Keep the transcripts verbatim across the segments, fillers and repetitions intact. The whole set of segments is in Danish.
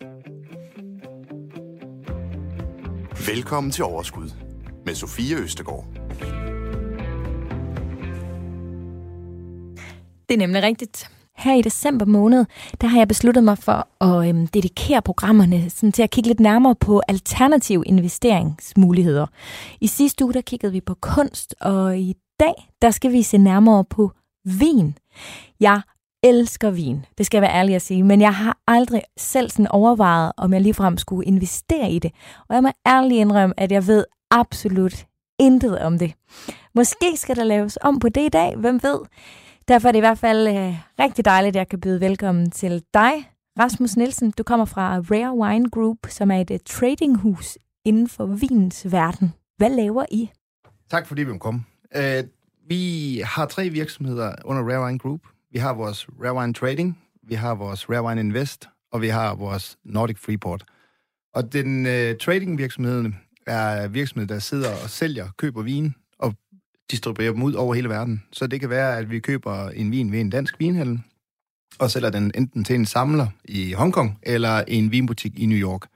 Velkommen til Overskud med Sofie Østergaard. Det er nemlig rigtigt. Her i december måned, der har jeg besluttet mig for at øhm, dedikere programmerne sådan, til at kigge lidt nærmere på alternative investeringsmuligheder. I sidste uge, der kiggede vi på kunst, og i dag, der skal vi se nærmere på vin. Jeg elsker vin, det skal jeg være ærlig at sige, men jeg har aldrig selv sådan overvejet, om jeg ligefrem skulle investere i det. Og jeg må ærligt indrømme, at jeg ved absolut intet om det. Måske skal der laves om på det i dag, hvem ved? Derfor er det i hvert fald øh, rigtig dejligt, at jeg kan byde velkommen til dig, Rasmus Nielsen. Du kommer fra Rare Wine Group, som er et uh, tradinghus inden for vinens verden. Hvad laver I? Tak fordi vi må komme. Uh, vi har tre virksomheder under Rare Wine Group. Vi har vores Rare Wine Trading, vi har vores Rare Wine Invest, og vi har vores Nordic Freeport. Og den uh, trading-virksomheden er virksomhed, der sidder og sælger, køber vin og distribuerer dem ud over hele verden. Så det kan være, at vi køber en vin ved en dansk vinhandel, og sælger den enten til en samler i Hongkong, eller i en vinbutik i New York.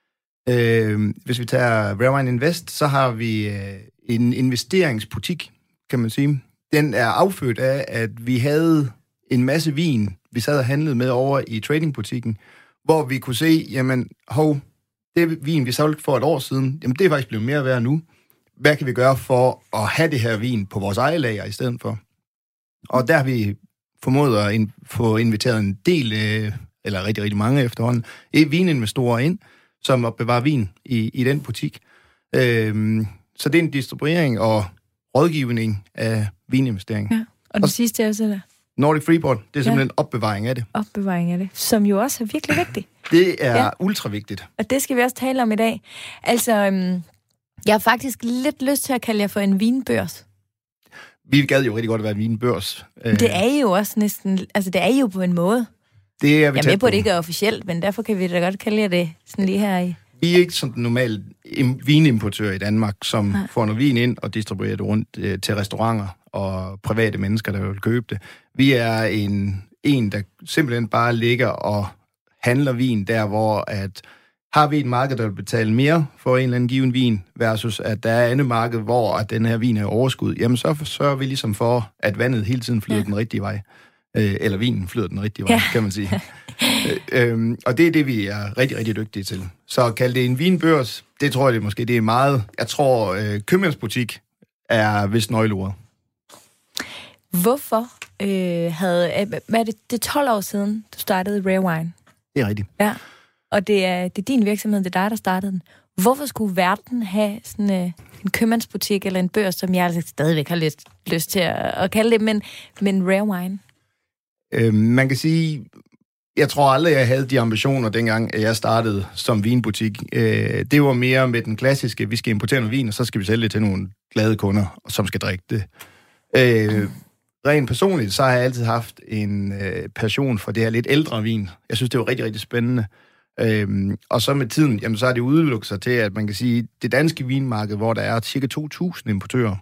Øh, hvis vi tager Rare Wine Invest, så har vi øh, en investeringsbutik, kan man sige. Den er affødt af, at vi havde en masse vin, vi sad og handlede med over i tradingbutikken, hvor vi kunne se, jamen, hov, det vin, vi solgte for et år siden, jamen, det er faktisk blevet mere værd nu. Hvad kan vi gøre for at have det her vin på vores eget lager i stedet for? Og der har vi formået at in- få inviteret en del, øh, eller rigtig, rigtig mange efterhånden, vininvestorer ind, som opbevarer vin i, i den butik. Øh, så det er en distribuering og rådgivning af vininvestering. Ja, og den og sidste er også der. Nordic Freeport, det er simpelthen ja. opbevaring af det. Opbevaring af det, som jo også er virkelig vigtigt. Det er ja. ultra vigtigt. Og det skal vi også tale om i dag. Altså, øhm, jeg har faktisk lidt lyst til at kalde jer for en vinbørs. Vi gad jo rigtig godt at være en vinbørs. Det er jo også næsten, altså det er jo på en måde. Det er vi jeg er med på, at det ikke er officielt, men derfor kan vi da godt kalde jer det sådan lige her i. Vi er ikke sådan en normal vinimportør i Danmark, som Nej. får noget vin ind og distribuerer det rundt øh, til restauranter og private mennesker, der vil købe det. Vi er en, en, der simpelthen bare ligger og handler vin der, hvor at har vi et marked, der vil betale mere for en eller anden given vin, versus at der er andet marked, hvor at den her vin er overskud, jamen så sørger vi ligesom for, at vandet hele tiden flyder ja. den rigtige vej. Øh, eller vinen flyder den rigtige vej, ja. kan man sige. øh, øh, og det er det, vi er rigtig, rigtig dygtige til. Så at kalde det en vinbørs, det tror jeg det måske, det er meget. Jeg tror, øh, købmandsbutik er vist nøgleordet. Hvorfor øh, havde, hvad er det, det er tolv år siden, du startede Rare Wine? Det er rigtigt. Ja. Og det er, det er din virksomhed, det er dig, der startede den. Hvorfor skulle verden have sådan øh, en købmandsbutik eller en børs, som jeg altså stadigvæk har lidt lyst til at, at kalde det, men, men Rare Wine? Øh, man kan sige, jeg tror aldrig, jeg havde de ambitioner, dengang jeg startede som vinbutik. Øh, det var mere med den klassiske, vi skal importere noget vin, og så skal vi sælge det til nogle glade kunder, som skal drikke det. Øh, rent personligt, så har jeg altid haft en øh, passion for det her lidt ældre vin. Jeg synes, det var rigtig, rigtig spændende. Øhm, og så med tiden, jamen, så har det udelukket sig til, at man kan sige, det danske vinmarked, hvor der er cirka to tusind importører,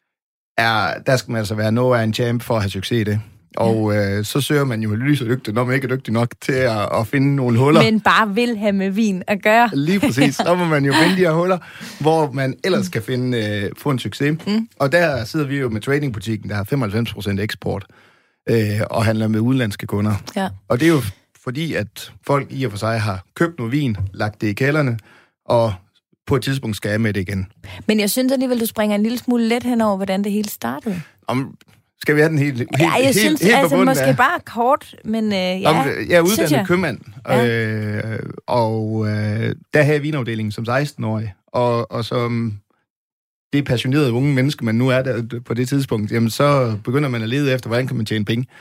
er, der skal man altså være noget af en champ for at have succes i det. Og øh, så søger man jo lys og dygtig, når man ikke er dygtig nok til at, at finde nogle huller. Men bare vil have med vin at gøre. Lige præcis. Så må man jo finde de her huller, hvor man ellers kan finde, øh, få en succes. Mm. Og der sidder vi jo med tradingbutikken, der har femoghalvfems procent eksport, øh, og handler med udenlandske kunder. Ja. Og det er jo fordi, at folk i og for sig har købt noget vin, lagt det i kælderne, og på et tidspunkt skal jeg med det igen. Men jeg synes alligevel, du springer en lille smule let hen over, hvordan det hele startede. Om, skal vi have den helt, helt, ja, jeg helt, synes, helt altså, måske af? bare kort, men øh, ja. Om, jeg er uddannet købmand, ja. øh, og øh, der havde jeg vinafdelingen som seksten-årig, og, og som det passionerede unge menneske, man nu er der på det tidspunkt, jamen så begynder man at lede efter, hvordan kan man tjene penge.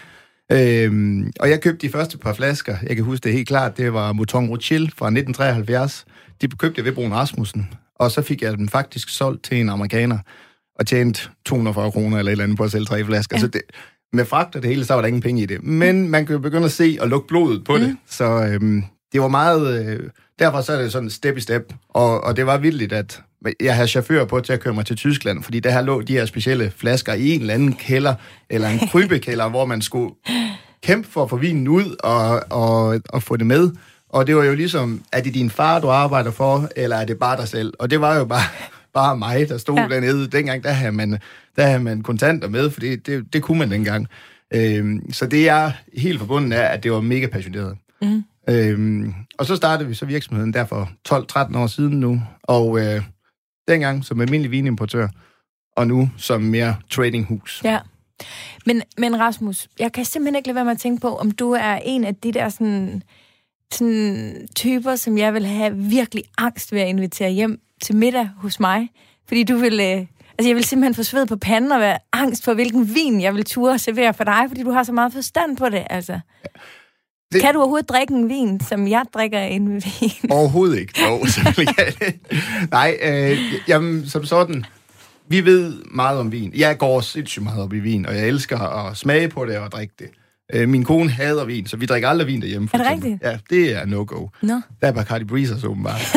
Øhm, og jeg købte de første par flasker, jeg kan huske det helt klart, det var Mouton Rothschild fra nitten treoghalvfjerds. De købte jeg ved Brun Rasmussen, og så fik jeg dem faktisk solgt til en amerikaner, og tjente to hundrede og fyrre kroner eller et eller andet på at sælge tre flasker. Ja. Så det, med fragt og det hele, så var der ingen penge i det. Men man kan jo begynde at se og lukke blodet på mm. det. Så øhm, det var meget... Øh, derfor så er det sådan step i step. Og, og det var vildt, at jeg havde chauffør på til at køre mig til Tyskland, fordi der her lå de her specielle flasker i en eller anden kælder, eller en krybekælder, hvor man skulle kæmpe for at få vinen ud og, og, og få det med. Og det var jo ligesom, er det din far, du arbejder for, eller er det bare dig selv? Og det var jo bare, bare mig, der stod ja. dernede. Dengang, der havde man, der havde man kontanter med, for det, det, det kunne man dengang. Øhm, så det er helt forbundet af, at det var mega passioneret. Mm. Øhm, og så startede vi så virksomheden der for tolv tretten år siden nu, og øh, dengang som almindelig vinimportør, og nu som mere tradinghus. Ja. Men, men Rasmus, jeg kan simpelthen ikke lade være med at tænke på, om du er en af de der sådan, sådan typer, som jeg vil have virkelig angst ved at invitere hjem til middag hos mig. Fordi du vil... Øh, altså, jeg vil simpelthen få sved på panden og være angst for, hvilken vin jeg vil turde servere for dig, fordi du har så meget forstand på det, altså. Ja. Det... Kan du overhovedet drikke en vin, som jeg drikker en vin? Overhovedet ikke. Jo, selvfølgelig kan det. Nej, øh, jamen, som sådan... Vi ved meget om vin. Jeg går sindssygt meget op i vin, og jeg elsker at smage på det og drikke det. Øh, min kone hader vin, så vi drikker aldrig vin derhjemme. Er det rigtigt? Ja, det er no-go. No. Der er Bacardi Breezers åbenbart.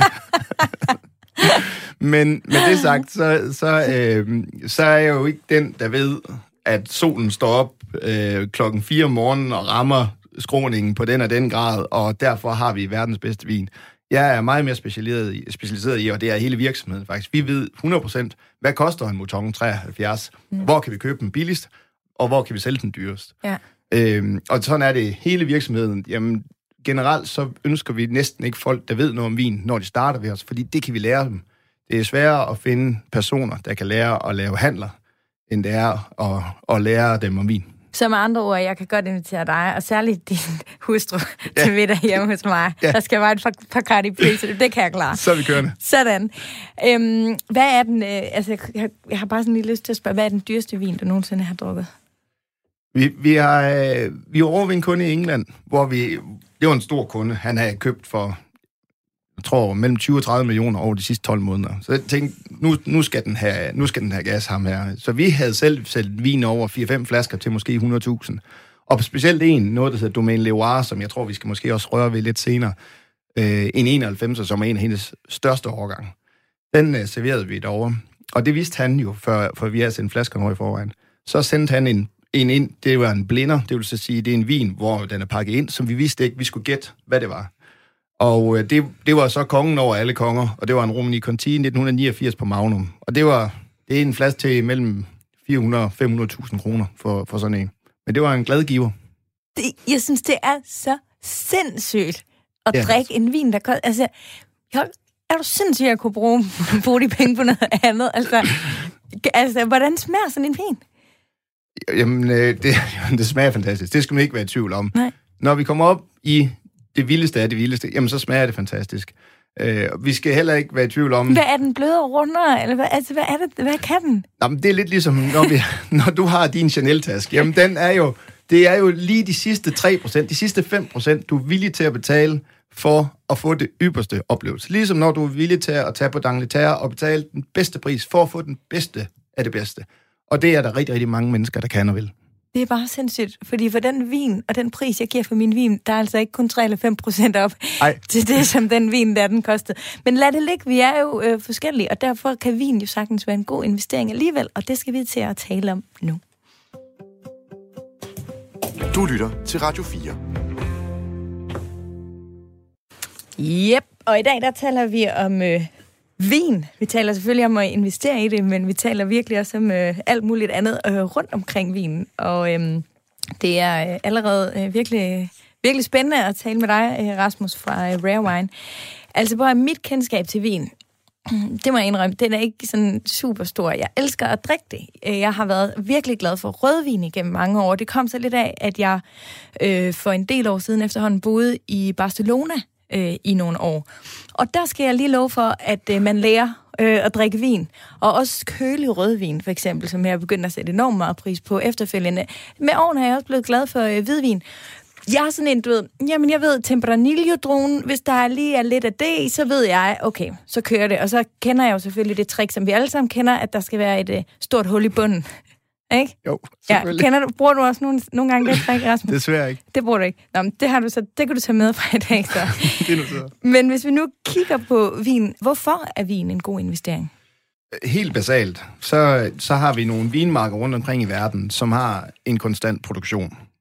Men med det sagt, så, så, øh, så er jeg jo ikke den, der ved, at solen står op øh, klokken fire om morgenen og rammer skråningen på den og den grad, og derfor har vi verdens bedste vin. Jeg er meget mere specialiseret i, specialiseret i, og det er hele virksomheden faktisk. Vi ved hundrede procent, hvad koster en Mouton treoghalvfjerds? Mm. Hvor kan vi købe den billigst? Og hvor kan vi sælge den dyrest? Ja. Øhm, og sådan er det hele virksomheden. Jamen, generelt så ønsker vi næsten ikke folk, der ved noget om vin, når de starter ved os, fordi det kan vi lære dem. Det er sværere at finde personer, der kan lære at lave handler, end det er at, at lære dem om vin. Så med andre ord, jeg kan godt invitere dig, og særligt din hustru, ja. til middag hjemme hos mig. Ja. Der skal være et par Bacardi Breezer, det kan jeg klare. Så er vi kørende. Sådan. Øhm, hvad er den, øh, altså jeg, jeg har bare sådan lige lyst til at spørge, hvad er den dyreste vin, du nogensinde har drukket? Vi, vi har øh, vi har overvist en kunde i England, hvor vi, det var en stor kunde, han havde købt for, jeg tror, mellem tyve og tredive millioner over de sidste tolv måneder. Så jeg tænkte, nu, nu, skal den have, nu skal den have gas, ham her. Så vi havde selv sælgt vin over fire fem flasker til måske hundrede tusind. Og specielt en, noget der hedder Domaine Loire, som jeg tror, vi skal måske også røre ved lidt senere. Øh, en enoghalvfemser, som er en af hendes største årgange. Den øh, serverede vi derovre. Og det vidste han jo, for, for vi havde sendt flaskerne over i forvejen. Så sendte han en, en ind, det var en blinder, det vil så sige, det er en vin, hvor den er pakket ind, som vi vidste ikke, vi skulle gætte, hvad det var. Og øh, det, det var så kongen over alle konger, og det var en Romanée Conti nitten niogfirs på Magnum. Og det var det er en flaske til mellem fire hundrede og fem hundrede tusind kroner for, for sådan en. Men det var en glad giver. Det, jeg synes, det er så sindssygt at ja. drikke en vin, der koster... Altså, jeg, er du sindssygt at kunne bruge, bruge de penge på noget andet? Altså, altså, hvordan smager sådan en vin? Jamen, øh, det, det smager fantastisk. Det skal man ikke være i tvivl om. Nej. Når vi kommer op i det vildeste af det vildeste, jamen så smager det fantastisk. Øh, vi skal heller ikke være i tvivl om... Hvad er den bløde og rundere? Eller hvad, altså, hvad er det? Hvad kan den? Jamen, det er lidt ligesom, når, vi, når du har din Chanel-taske. Jamen, den er jo... Det er jo lige de sidste tre procent, de sidste fem procent, du er villig til at betale for at få det ypperste oplevelse. Ligesom når du er villig til at tage på D'Angleterre og betale den bedste pris for at få den bedste af det bedste. Og det er der rigtig, rigtig mange mennesker, der kan og vil. Det er bare sindssygt, fordi for den vin og den pris, jeg giver for min vin, der er altså ikke kun tre eller fem procent op Ej. til det, som den vin, der den kostede. Men lad det ligge, vi er jo øh, forskellige, og derfor kan vin jo sagtens være en god investering alligevel, og det skal vi til at tale om nu. Du lytter til Radio fire. Yep, og i dag der taler vi om øh, vin. Vi taler selvfølgelig om at investere i det, men vi taler virkelig også om øh, alt muligt andet øh, rundt omkring vinen. Og øh, det er øh, allerede øh, virkelig, virkelig spændende at tale med dig, øh, Rasmus, fra øh, Rare Wine. Altså, hvor er mit kendskab til vin? Det må jeg indrømme, den er ikke sådan super stor. Jeg elsker at drikke det. Jeg har været virkelig glad for rødvin igennem mange år. Det kom så lidt af, at jeg øh, for en del år siden efterhånden boede i Barcelona øh, i nogle år. Og der skal jeg lige love for, at øh, man lærer øh, at drikke vin. Og også kølig rødvin, for eksempel, som jeg er begyndt at sætte enormt meget pris på efterfølgende. Med årene er jeg også blevet glad for øh, hvidvin. Jeg er sådan en, du ved, jamen jeg ved, Tempranillo-druen, hvis der lige er lidt af det, så ved jeg, okay, så kører det. Og så kender jeg jo selvfølgelig det trick, som vi alle sammen kender, at der skal være et uh, stort hul i bunden. Ikke? Jo, selvfølgelig. Ja, kender du, bruger du også nogle, nogle gange det trick, Rasmus? Desværre ikke. Det bruger du ikke. Nå, men det har du så, det kan du tage med fra i dag, så. Det er noteret. Men hvis vi nu kigger på vin, hvorfor er vin en god investering? Helt basalt, så, så har vi nogle vinmarker rundt omkring i verden, som har en konstant produktion.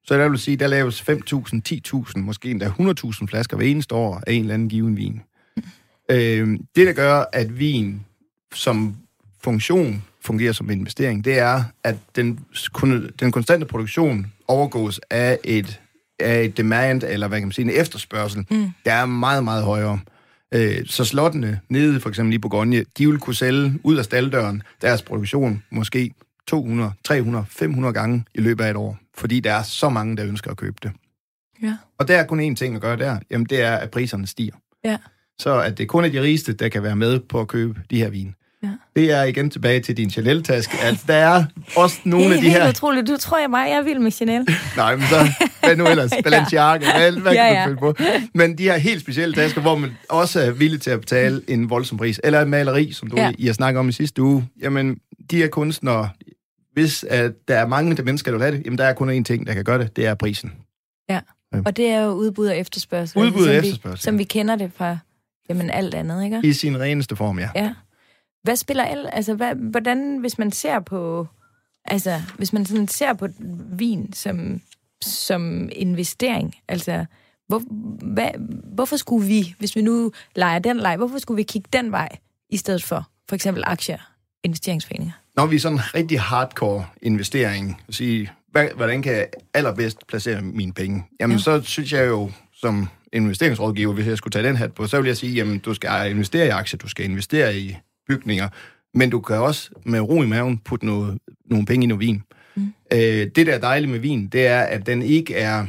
Så der vil sige, der laves fem tusind, ti tusind, måske endda hundrede tusind flasker hver eneste år af en eller anden given vin. Mm. Øh, det, der gør, at vin som funktion fungerer som investering, det er, at den, den konstante produktion overgås af et, af et demand, eller hvad kan man sige, en efterspørgsel, mm. der er meget, meget højere. Øh, så slottene nede, for eksempel i Bourgogne, de vil kunne sælge ud af stalddøren deres produktion måske to hundrede, tre hundrede, fem hundrede gange i løbet af et år, fordi der er så mange, der ønsker at købe det. Ja. Og der er kun én ting at gøre der, jamen det er, at priserne stiger. Ja. Så at det kun er de rigeste, der kan være med på at købe de her vin. Ja. Det er igen tilbage til din Chanel-taske. Altså, der er også nogle af de her... Det er helt utroligt. Du tror jeg mig, jeg er vild med Chanel. Nej, men så... Hvad nu ellers? Balenciaga? Hvad, hvad ja, kan ja. du følge på? Men de her helt specielle tasker, hvor man også er villig til at betale en voldsom pris. Eller et maleri, som du ja. I har snakket om i sidste uge. Jamen, de her kunstnere... Hvis at der er mange der mennesker, der vil have det, jamen, der er kun én ting, der kan gøre det. Det er prisen. Ja, og det er jo udbud og efterspørgsel. Udbud og altså, efterspørgsel. Vi, som vi kender det fra jamen, alt andet, ikke? I sin reneste form, ja. Ja. Hvad spiller el? Altså, hvad, hvordan, hvis man ser på, altså, hvis man sådan ser på vin som, som investering, altså, hvor, hvad, hvorfor skulle vi, hvis vi nu leger den leg, hvorfor skulle vi kigge den vej, i stedet for, for eksempel aktier, investeringsforeninger? Når vi er sådan en rigtig hardcore investering, og sige, hvordan kan jeg allerbedst placere mine penge? Jamen, ja. Så synes jeg jo, som investeringsrådgiver, hvis jeg skulle tage den hat på, så vil jeg sige, jamen, du skal investere i aktier, du skal investere i bygninger, men du kan også med ro i maven putte noget, nogle penge i noget vin. Mm. Øh, det, der er dejligt med vin, det er, at den ikke er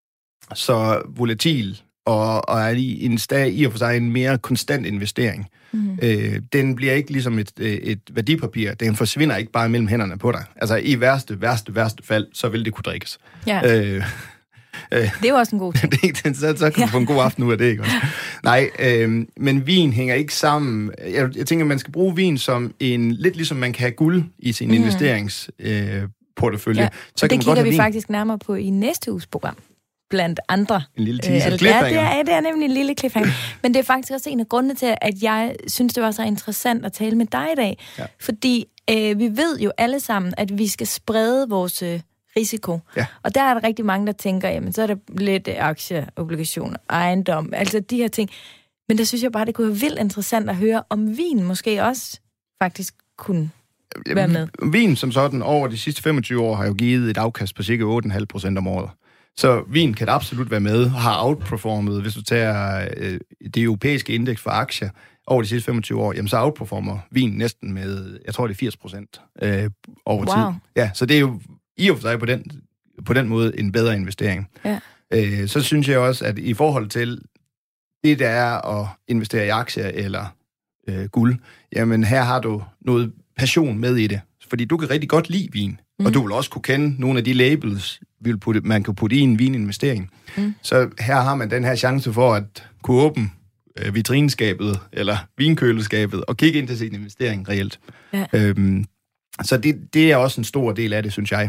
så volatil, og, og er i, en stag, i og for sig en mere konstant investering. Mm. Øh, den bliver ikke ligesom et, et værdipapir. Den forsvinder ikke bare mellem hænderne på dig. Altså i værste, værste, værste fald, så vil det kunne drikkes. Ja. Øh, øh, det er jo også en god ting. det, så, så kan du få en god aften ud af det, ikke også? Nej, øh, men vin hænger ikke sammen. Jeg, jeg tænker, man skal bruge vin som en, lidt ligesom man kan have guld i sin mm. investeringsportefølje. Øh, ja. så kan det kigger vi vin. faktisk nærmere på i næste uges program. Blandt andre. En lille teaser. Øh, ja, det er, det er nemlig en lille cliffhanger. Men det er faktisk også en af grundene til, at jeg synes, det var så interessant at tale med dig i dag. Ja. Fordi øh, vi ved jo alle sammen, at vi skal sprede vores øh, risiko. Ja. Og der er der rigtig mange, der tænker, jamen så er der lidt aktier, obligationer, ejendom, altså de her ting. Men der synes jeg bare, det kunne være vildt interessant at høre, om vin måske også faktisk kunne være med. Vin som sådan over de sidste femogtyve år har jo givet et afkast på cirka otte komma fem procent om året. Så vin kan absolut være med, har outperformet, hvis du tager øh, det europæiske indeks for aktier over de sidste femogtyve år, jamen så outperformer vin næsten med, jeg tror det er firs procent øh, over wow. tid. Ja, så det er jo i og for sig på den, på den måde en bedre investering. Ja. Øh, så synes jeg også, at i forhold til det, der er at investere i aktier eller øh, guld, jamen her har du noget passion med i det. Fordi du kan rigtig godt lide vin, mm. og du vil også kunne kende nogle af de labels, man kan putte i en vininvestering. Mm. Så her har man den her chance for at kunne åbne øh, vitrineskabet eller vinkøleskabet og kigge ind til sin investering reelt. Ja. Øhm, så det, det er også en stor del af det, synes jeg.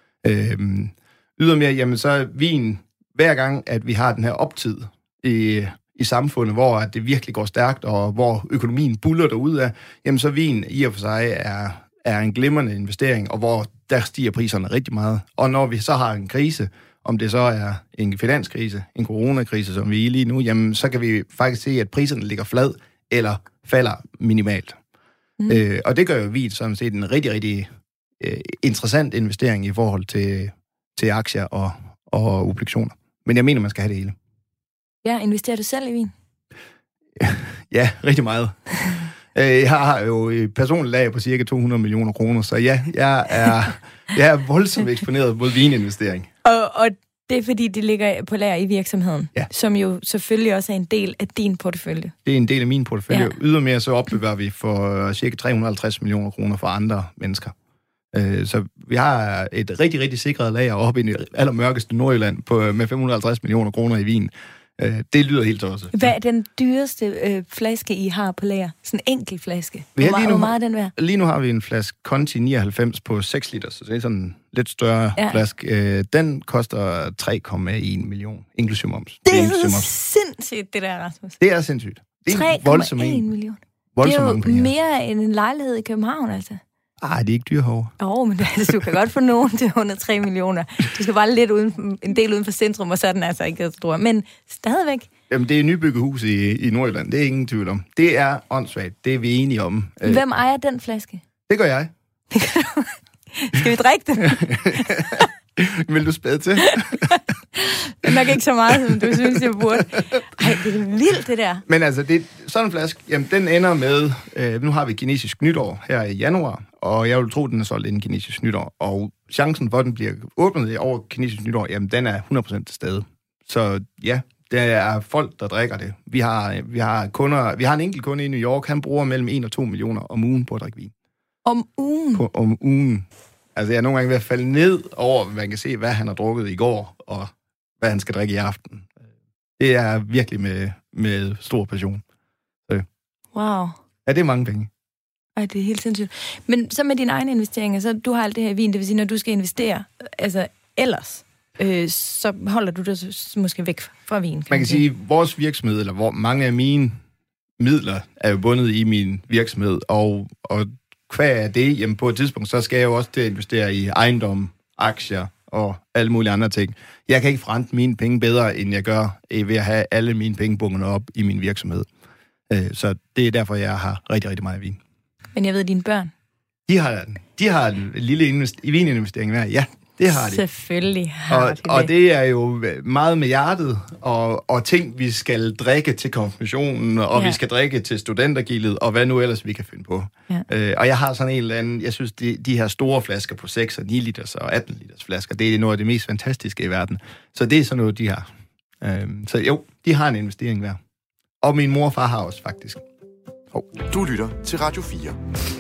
Øhm, ydermere, jamen så er vin, hver gang, at vi har den her optid i, i samfundet, hvor at det virkelig går stærkt, og hvor økonomien buller derudad, jamen så vin i og for sig er, er en glimrende investering, og hvor der stiger priserne rigtig meget. Og når vi så har en krise, om det så er en finanskrise, en coronakrise, som vi er i lige nu, jamen så kan vi faktisk se, at priserne ligger flad, eller falder minimalt. Mm. Øh, og det gør jo vin sådan set en rigtig, rigtig øh, interessant investering i forhold til, til aktier og, og obligationer. Men jeg mener, man skal have det hele. Ja, investerer du selv i vin? Ja, rigtig meget. Jeg har jo personligt lag på cirka to hundrede millioner kroner, så ja, jeg er, jeg er voldsomt eksponeret mod vininvestering. Og, og det er fordi, det ligger på lager i virksomheden, ja. Som jo selvfølgelig også er en del af din portefølje. Det er en del af min portefølje. Ja. Ydermere så opbevarer vi for cirka tre hundrede og halvtreds millioner kroner for andre mennesker. Så vi har et rigtig, rigtig sikret lager oppe i det allermørkeste Nordjylland på, med fem hundrede og halvtreds millioner kroner i vin. Det lyder helt også. Hvad er den dyreste øh, flaske, I har på lager? Sådan en enkelt flaske. Hvor, meget, nu, hvor meget er den værd? Lige nu har vi en flaske Conti nioghalvfems på seks liter, så det er sådan en lidt større ja. flaske. Den koster tre komma en million, inklusive moms. Det er, det er sindssygt, det der, Rasmus. Det er sindssygt. tre komma en million. Det er jo mere end en lejlighed i København, altså. Ej, det er ikke dyrehove. Åh, oh, men altså, du kan godt få nogen til under tre millioner. Du skal bare lidt uden, en del uden for centrum, og så er den altså ikke så stor. Men stadigvæk. Jamen, det er et nybygget hus i, i Nordjylland. Det er ingen tvivl om. Det er åndssvagt. Det er vi enige om. Hvem ejer den flaske? Det gør jeg. Skal vi drikke den? Vil du spæde til? Det er nok ikke så meget, som du synes, jeg burde. Ej, det er vildt, det der. Men altså, det, sådan en flaske, jamen, den ender med... Øh, nu har vi kinesisk nytår her i januar, og jeg vil tro, den er solgt inden kinesisk nytår. Og chancen for, at den bliver åbnet over kinesisk nytår, jamen, den er hundrede procent til stede. Så ja, der er folk, der drikker det. Vi har, vi har kunder... Vi har en enkelt kunde i New York, han bruger mellem en og to millioner om ugen på at drikke vin. Om ugen? På, om ugen. Altså, jeg er nogle gange ved at falde ned over, man kan se, hvad han har drukket i går, og hvad han skal drikke i aften. Det er virkelig med, med stor passion. Så. Wow. Ja, det er mange penge. Ej, det er helt sindssygt. Men så med dine egne investeringer, så du har alt det her i vin, det vil sige, når du skal investere, altså ellers, øh, så holder du dig måske væk fra vin. Kan man kan sige, at vores virksomhed, eller hvor mange af mine midler er jo bundet i min virksomhed, og, og hvad er det? Jamen på et tidspunkt, så skal jeg jo også til at investere i ejendom, aktier og alle mulige andre ting. Jeg kan ikke forrente mine penge bedre, end jeg gør ved at have alle mine penge bundet op i min virksomhed. Så det er derfor, jeg har rigtig, rigtig meget vin. Men jeg ved, dine børn? De har, de har en lille invest- vininvestering hver. Ja, det har de. Selvfølgelig har og, de det. Og det er jo meget med hjertet, og, og ting, vi skal drikke til konfirmationen, og ja. vi skal drikke til studentergildet, og hvad nu ellers vi kan finde på. Ja. Øh, og jeg har sådan en eller anden, jeg synes, de, de her store flasker på seks og ni liters og atten liters flasker, det er noget af det mest fantastiske i verden. Så det er sådan noget, de har. Øh, så jo, de har en investering hver. Og min mor og far har også, faktisk. Oh. Du lytter til Radio fire.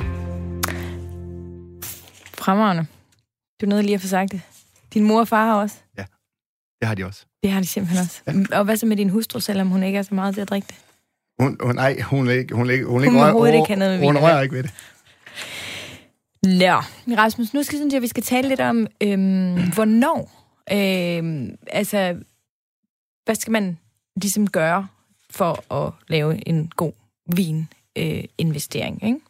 Fremragende. Du nåede lige at få sagt det. Din mor og far har også? Ja, det har de også. Det har de simpelthen også. Ja. Og hvad så med din hustru, selvom hun ikke er så meget til at drikke det? Hun, hun, nej, hun, ikke, hun, ikke, hun, hun ikke rører, rører, ikke noget med hun rører ikke ved det. Nå, Rasmus, nu skal, synes jeg, vi skal tale lidt om, øhm, hvornår, øhm, altså, hvad skal man ligesom gøre for at lave en god vininvestering, øh, ikke?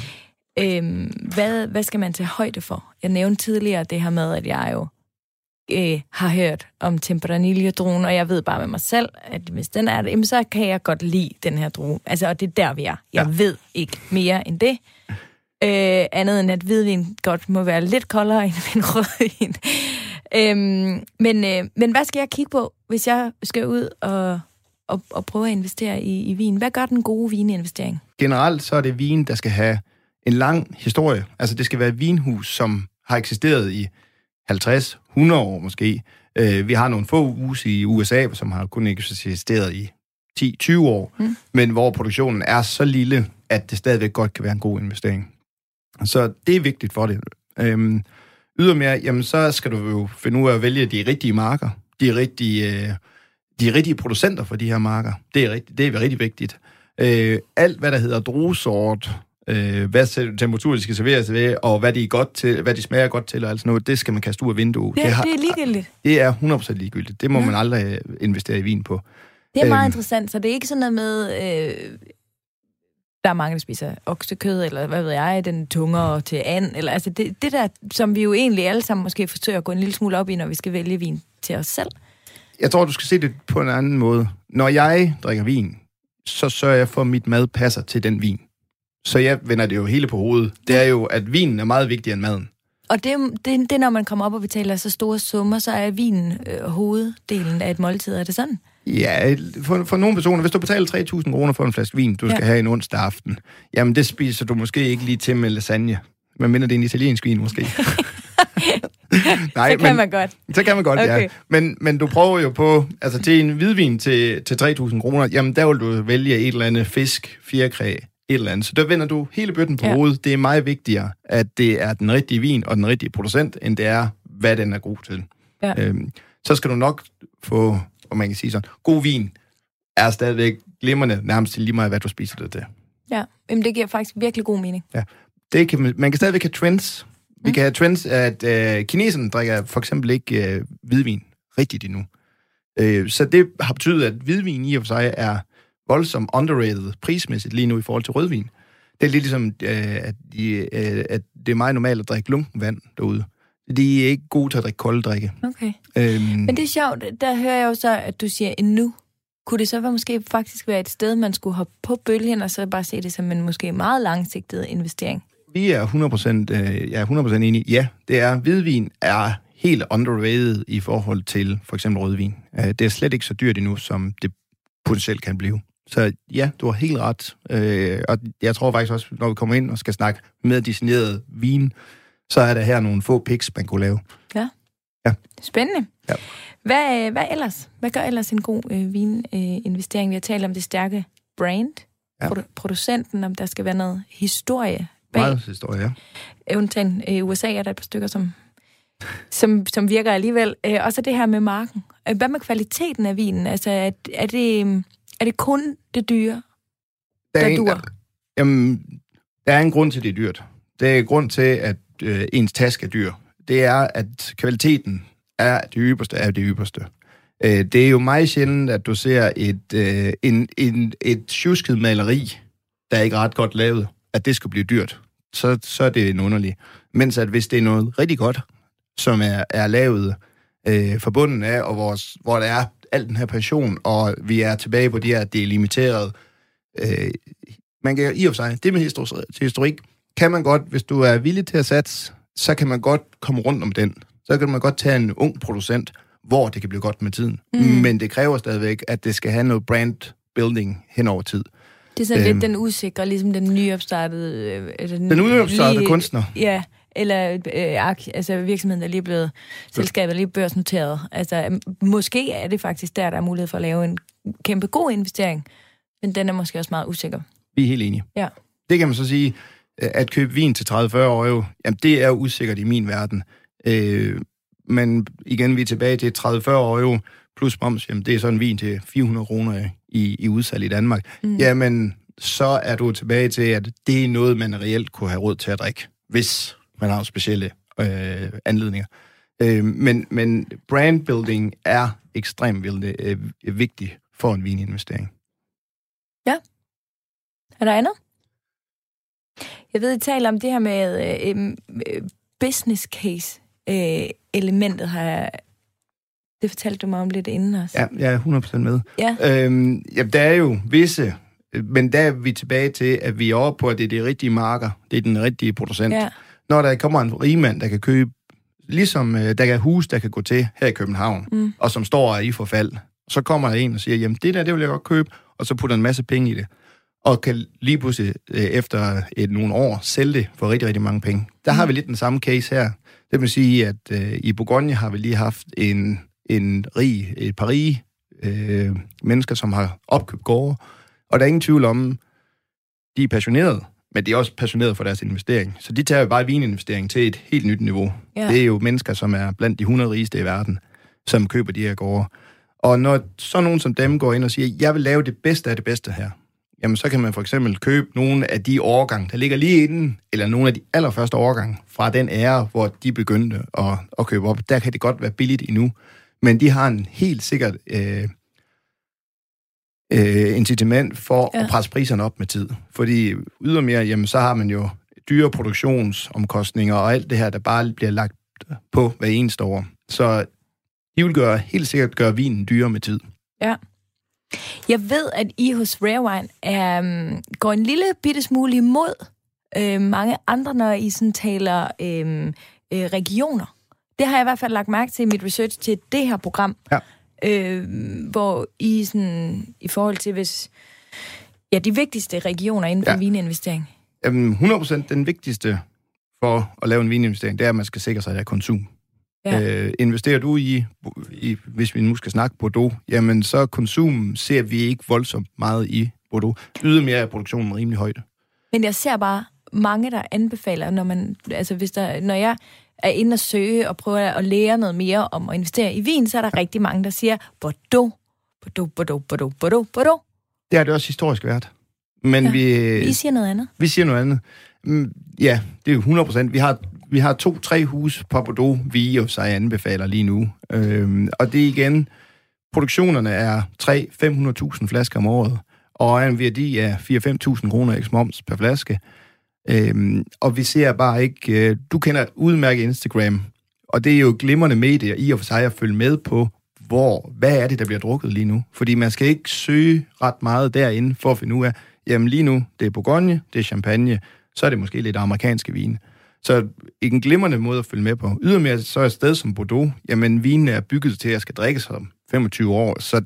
Øhm, hvad, hvad skal man tage højde for? Jeg nævnte tidligere det her med, at jeg jo øh, har hørt om Tempranillo-druen, og jeg ved bare med mig selv, at hvis den er det, så kan jeg godt lide den her drue. Altså, og det er der, vi er. Jeg ja. ved ikke mere end det. Øh, andet end at hvidvin godt må være lidt koldere end en rødvin. øhm, men, øh, men hvad skal jeg kigge på, hvis jeg skal ud og, og, og prøve at investere i, i vin? Hvad gør den gode vininvestering? Generelt så er det vin, der skal have en lang historie. Altså det skal være et vinhus, som har eksisteret i halvtreds hundrede år måske. Øh, vi har nogle få huse i U S A, som har kun eksisteret i ti til tyve år, mm. men hvor produktionen er så lille, at det stadigvæk godt kan være en god investering. Så det er vigtigt for det. Øhm, ydermere, jamen, så skal du jo finde ud af at vælge de rigtige marker, de rigtige, øh, de rigtige producenter for de her marker. Det er, rigtig, det er rigtig vigtigt. Øh, alt, hvad der hedder druesort, øh, hvad temperatur de skal serveres ved, og hvad de, er godt til, hvad de smager godt til, og alt sådan noget, det skal man kaste ud af vinduet. Det, det, har, det er ligegyldigt. Det er hundrede procent ligegyldigt. Det må ja. man aldrig investere i vin på. Det er meget øhm, interessant, så det er ikke sådan noget med... Øh der er mange, der spiser oksekød, eller hvad ved jeg, den tungere til and, eller altså det, det der, som vi jo egentlig alle sammen måske forsøger at gå en lille smule op i, når vi skal vælge vin til os selv. Jeg tror, du skal se det på en anden måde. Når jeg drikker vin, så sørger jeg for, at mit mad passer til den vin. Så jeg vender det jo hele på hovedet. Det er jo, at vinen er meget vigtigere end maden. Og det, det, det når man kommer op og betaler så store summer, så er vinen øh, hoveddelen af et måltid. Er det sådan? Ja, for, for nogle personer, hvis du betaler tre tusind kroner for en flaske vin, du skal ja. have en onsdag aften, jamen det spiser du måske ikke lige til med lasagne. Men mindre det er en italiensk vin, måske. Nej, så kan men, man godt. Så kan man godt, okay. ja. Men, men du prøver jo på, altså til en hvidvin til, til tre tusind kroner, jamen der vil du vælge et eller andet fisk, fjerkræ, et eller andet. Så der vender du hele bøtten på ja. hovedet. Det er meget vigtigere, at det er den rigtige vin og den rigtige producent, end det er, hvad den er god til. Ja. Øhm, så skal du nok få... og man kan sige sådan, god vin er stadigvæk glimrende, nærmest til lige meget, hvad du spiser det til. Ja, men det giver faktisk virkelig god mening. Ja, det kan, man kan stadigvæk have trends. Vi mm. kan have trends, at øh, kineserne drikker for eksempel ikke øh, hvidvin rigtigt endnu. Øh, så det har betydet, at hvidvin i og for sig er voldsomt underrated prismæssigt lige nu i forhold til rødvin. Det er lidt ligesom, øh, at, de, øh, at det er meget normalt at drikke lunken vand derude. De er ikke gode til at drikke kolde drikke. Okay. Øhm, Men det er sjovt, der hører jeg jo så, at du siger endnu. Kunne det så være, måske faktisk være et sted, man skulle hoppe på bølgen, og så bare se det som en måske meget langsigtet investering? Vi er hundrede procent, øh, jeg er hundrede procent enig. Ja, det er. Hvidvin er helt underrated i forhold til for eksempel rødvin. Øh, det er slet ikke så dyrt endnu, som det potentielt kan blive. Så ja, du har helt ret. Øh, og jeg tror faktisk også, når vi kommer ind og skal snakke med designeret vin, så er der her nogle få picks, man kunne lave. Ja. Ja. Spændende. Ja. Hvad, hvad ellers? Hvad gør ellers en god øh, vininvestering? Vi har talt om det stærke brand, ja. Produ- producenten, om der skal være noget historie bag. Meget historie, ja. Undtagen i U S A er der et par stykker, som, som, som virker alligevel. Øh, og så det her med marken. Hvad med kvaliteten af vinen? Altså, er, er, det, er det kun det dyre, der, der dur? Jamen, der er en grund til, det er dyrt. Det er en grund til, at øh, ens taske er dyr. Det er, at kvaliteten er det ypperste af det ypperste. Øh, det er jo meget sjældent, at du ser et, øh, en, en, et tjusket maleri, der er ikke ret godt lavet, at det skal blive dyrt. Så, så er det en underlig. Mens at hvis det er noget rigtig godt, som er, er lavet øh, forbundet af, og vores, hvor der er al den her passion, og vi er tilbage på de her, det er limiteret. Øh, man kan i og for sig, det med historik, kan man godt, hvis du er villig til at satse, så kan man godt komme rundt om den. Så kan man godt tage en ung producent, hvor det kan blive godt med tiden. Mm. Men det kræver stadigvæk, at det skal have noget brand building hen over tid. Det er sådan øhm, lidt den usikre, ligesom den nyopstartede... Øh, den, den nyopstartede lige, kunstner. Ja, eller øh, altså virksomheden, der lige er blevet... Selskabet er lige børsnoteret. Altså, måske er det faktisk der, der er mulighed for at lave en kæmpe god investering, men den er måske også meget usikker. Vi er helt enige. Ja. Det kan man så sige, at købe vin til tredive til fyrre euro, jamen det er usikkert i min verden. Øh, men igen, vi er tilbage til tredive til fyrre euro plus moms, jamen det er sådan en vin til fire hundrede kroner i, i udsalg i Danmark. Mm. Jamen, så er du tilbage til, at det er noget, man reelt kunne have råd til at drikke, hvis man har specielle øh, anledninger. Øh, men, men brandbuilding er ekstremt vildt, øh, vigtigt for en vininvestering. Ja. Er der andet? Jeg ved, I taler om det her med øh, øh, business case øh, elementet har jeg... Det fortalte du mig om lidt inden også. Ja, jeg er hundrede procent med. Ja. Øhm, ja, der er jo visse, men der er vi tilbage til, at vi er over på, at det er de rigtige marker, det er den rigtige producent. Ja. Når der kommer en rigmand, der kan købe, ligesom der kan hus, der kan gå til her i København, mm. og som står i forfald, så kommer der en og siger, jamen det der, det vil jeg godt købe, og så putter en masse penge i det, og kan lige pludselig efter et, nogle år sælge det for rigtig, rigtig mange penge. Der mm. har vi lidt den samme case her. Det vil sige, at øh, i Bourgogne har vi lige haft en en rig, et par rige øh, mennesker, som har opkøbt gårde, og der er ingen tvivl om, de er passionerede, men de er også passionerede for deres investering. Så de tager jo bare vininvestering til et helt nyt niveau. Ja. Det er jo mennesker, som er blandt de hundrede rigeste i verden, som køber de her gårde. Og når så nogen som dem går ind og siger, jeg vil lave det bedste af det bedste her, jamen så kan man for eksempel købe nogle af de årgange, der ligger lige inden, eller nogle af de allerførste årgange fra den ære, hvor de begyndte at, at købe op. Der kan det godt være billigt endnu, men de har en helt sikkert øh, øh, incitament for ja. at presse priserne op med tid. Fordi ydermere, jamen, så har man jo dyre produktionsomkostninger og alt det her, der bare bliver lagt på hver eneste år. Så de vil gøre, helt sikkert gøre vinen dyrere med tid. Ja. Jeg ved, at I hos Rare Wine er, um, går en lille bitte smule imod øh, mange andre, når I sådan taler øh, øh, regioner. Det har jeg i hvert fald lagt mærke til i mit research til det her program, ja. øh, hvor I sådan, i forhold til, hvis ja, de vigtigste regioner inden for ja. vininvestering. Jamen, hundrede procent den vigtigste for at lave en vininvestering, det er, at man skal sikre sig af konsum. Ja. Øh, investerer du i, i, hvis vi nu skal snakke Bordeaux, jamen så konsum ser vi ikke voldsomt meget i Bordeaux. Ydermere er produktionen rimelig højt. Men jeg ser bare mange, der anbefaler, når man, altså hvis der, når jeg er inde og søge og prøver at lære noget mere om at investere i vin, så er der ja. rigtig mange, der siger Bordeaux, Bordeaux, Bordeaux, Bordeaux, Bordeaux, Bordeaux. Det er det også historisk værd. Men ja. vi... I siger noget andet. Vi siger noget andet. Ja, det er jo hundrede procent. Vi har, vi har to-tre hus på Bordeaux, vi jo sig anbefaler lige nu. Øhm, og det igen, produktionerne er tre til fem hundrede tusind flasker om året. og er en værdi af fire til fem tusind kroner eks moms per flaske. Øhm, og vi ser bare ikke... Øh, du kender udmærket Instagram, og det er jo glimrende medier i og for sig at følge med på, hvor, hvad er det, der bliver drukket lige nu? Fordi man skal ikke søge ret meget derinde for at finde ud af, jamen lige nu, det er Bourgogne, det er champagne, så er det måske lidt amerikanske vine. Så en glimrende måde at følge med på. Ydermere så er et sted som Bordeaux, jamen vinen er bygget til at skal drikkes om femogtyve år, så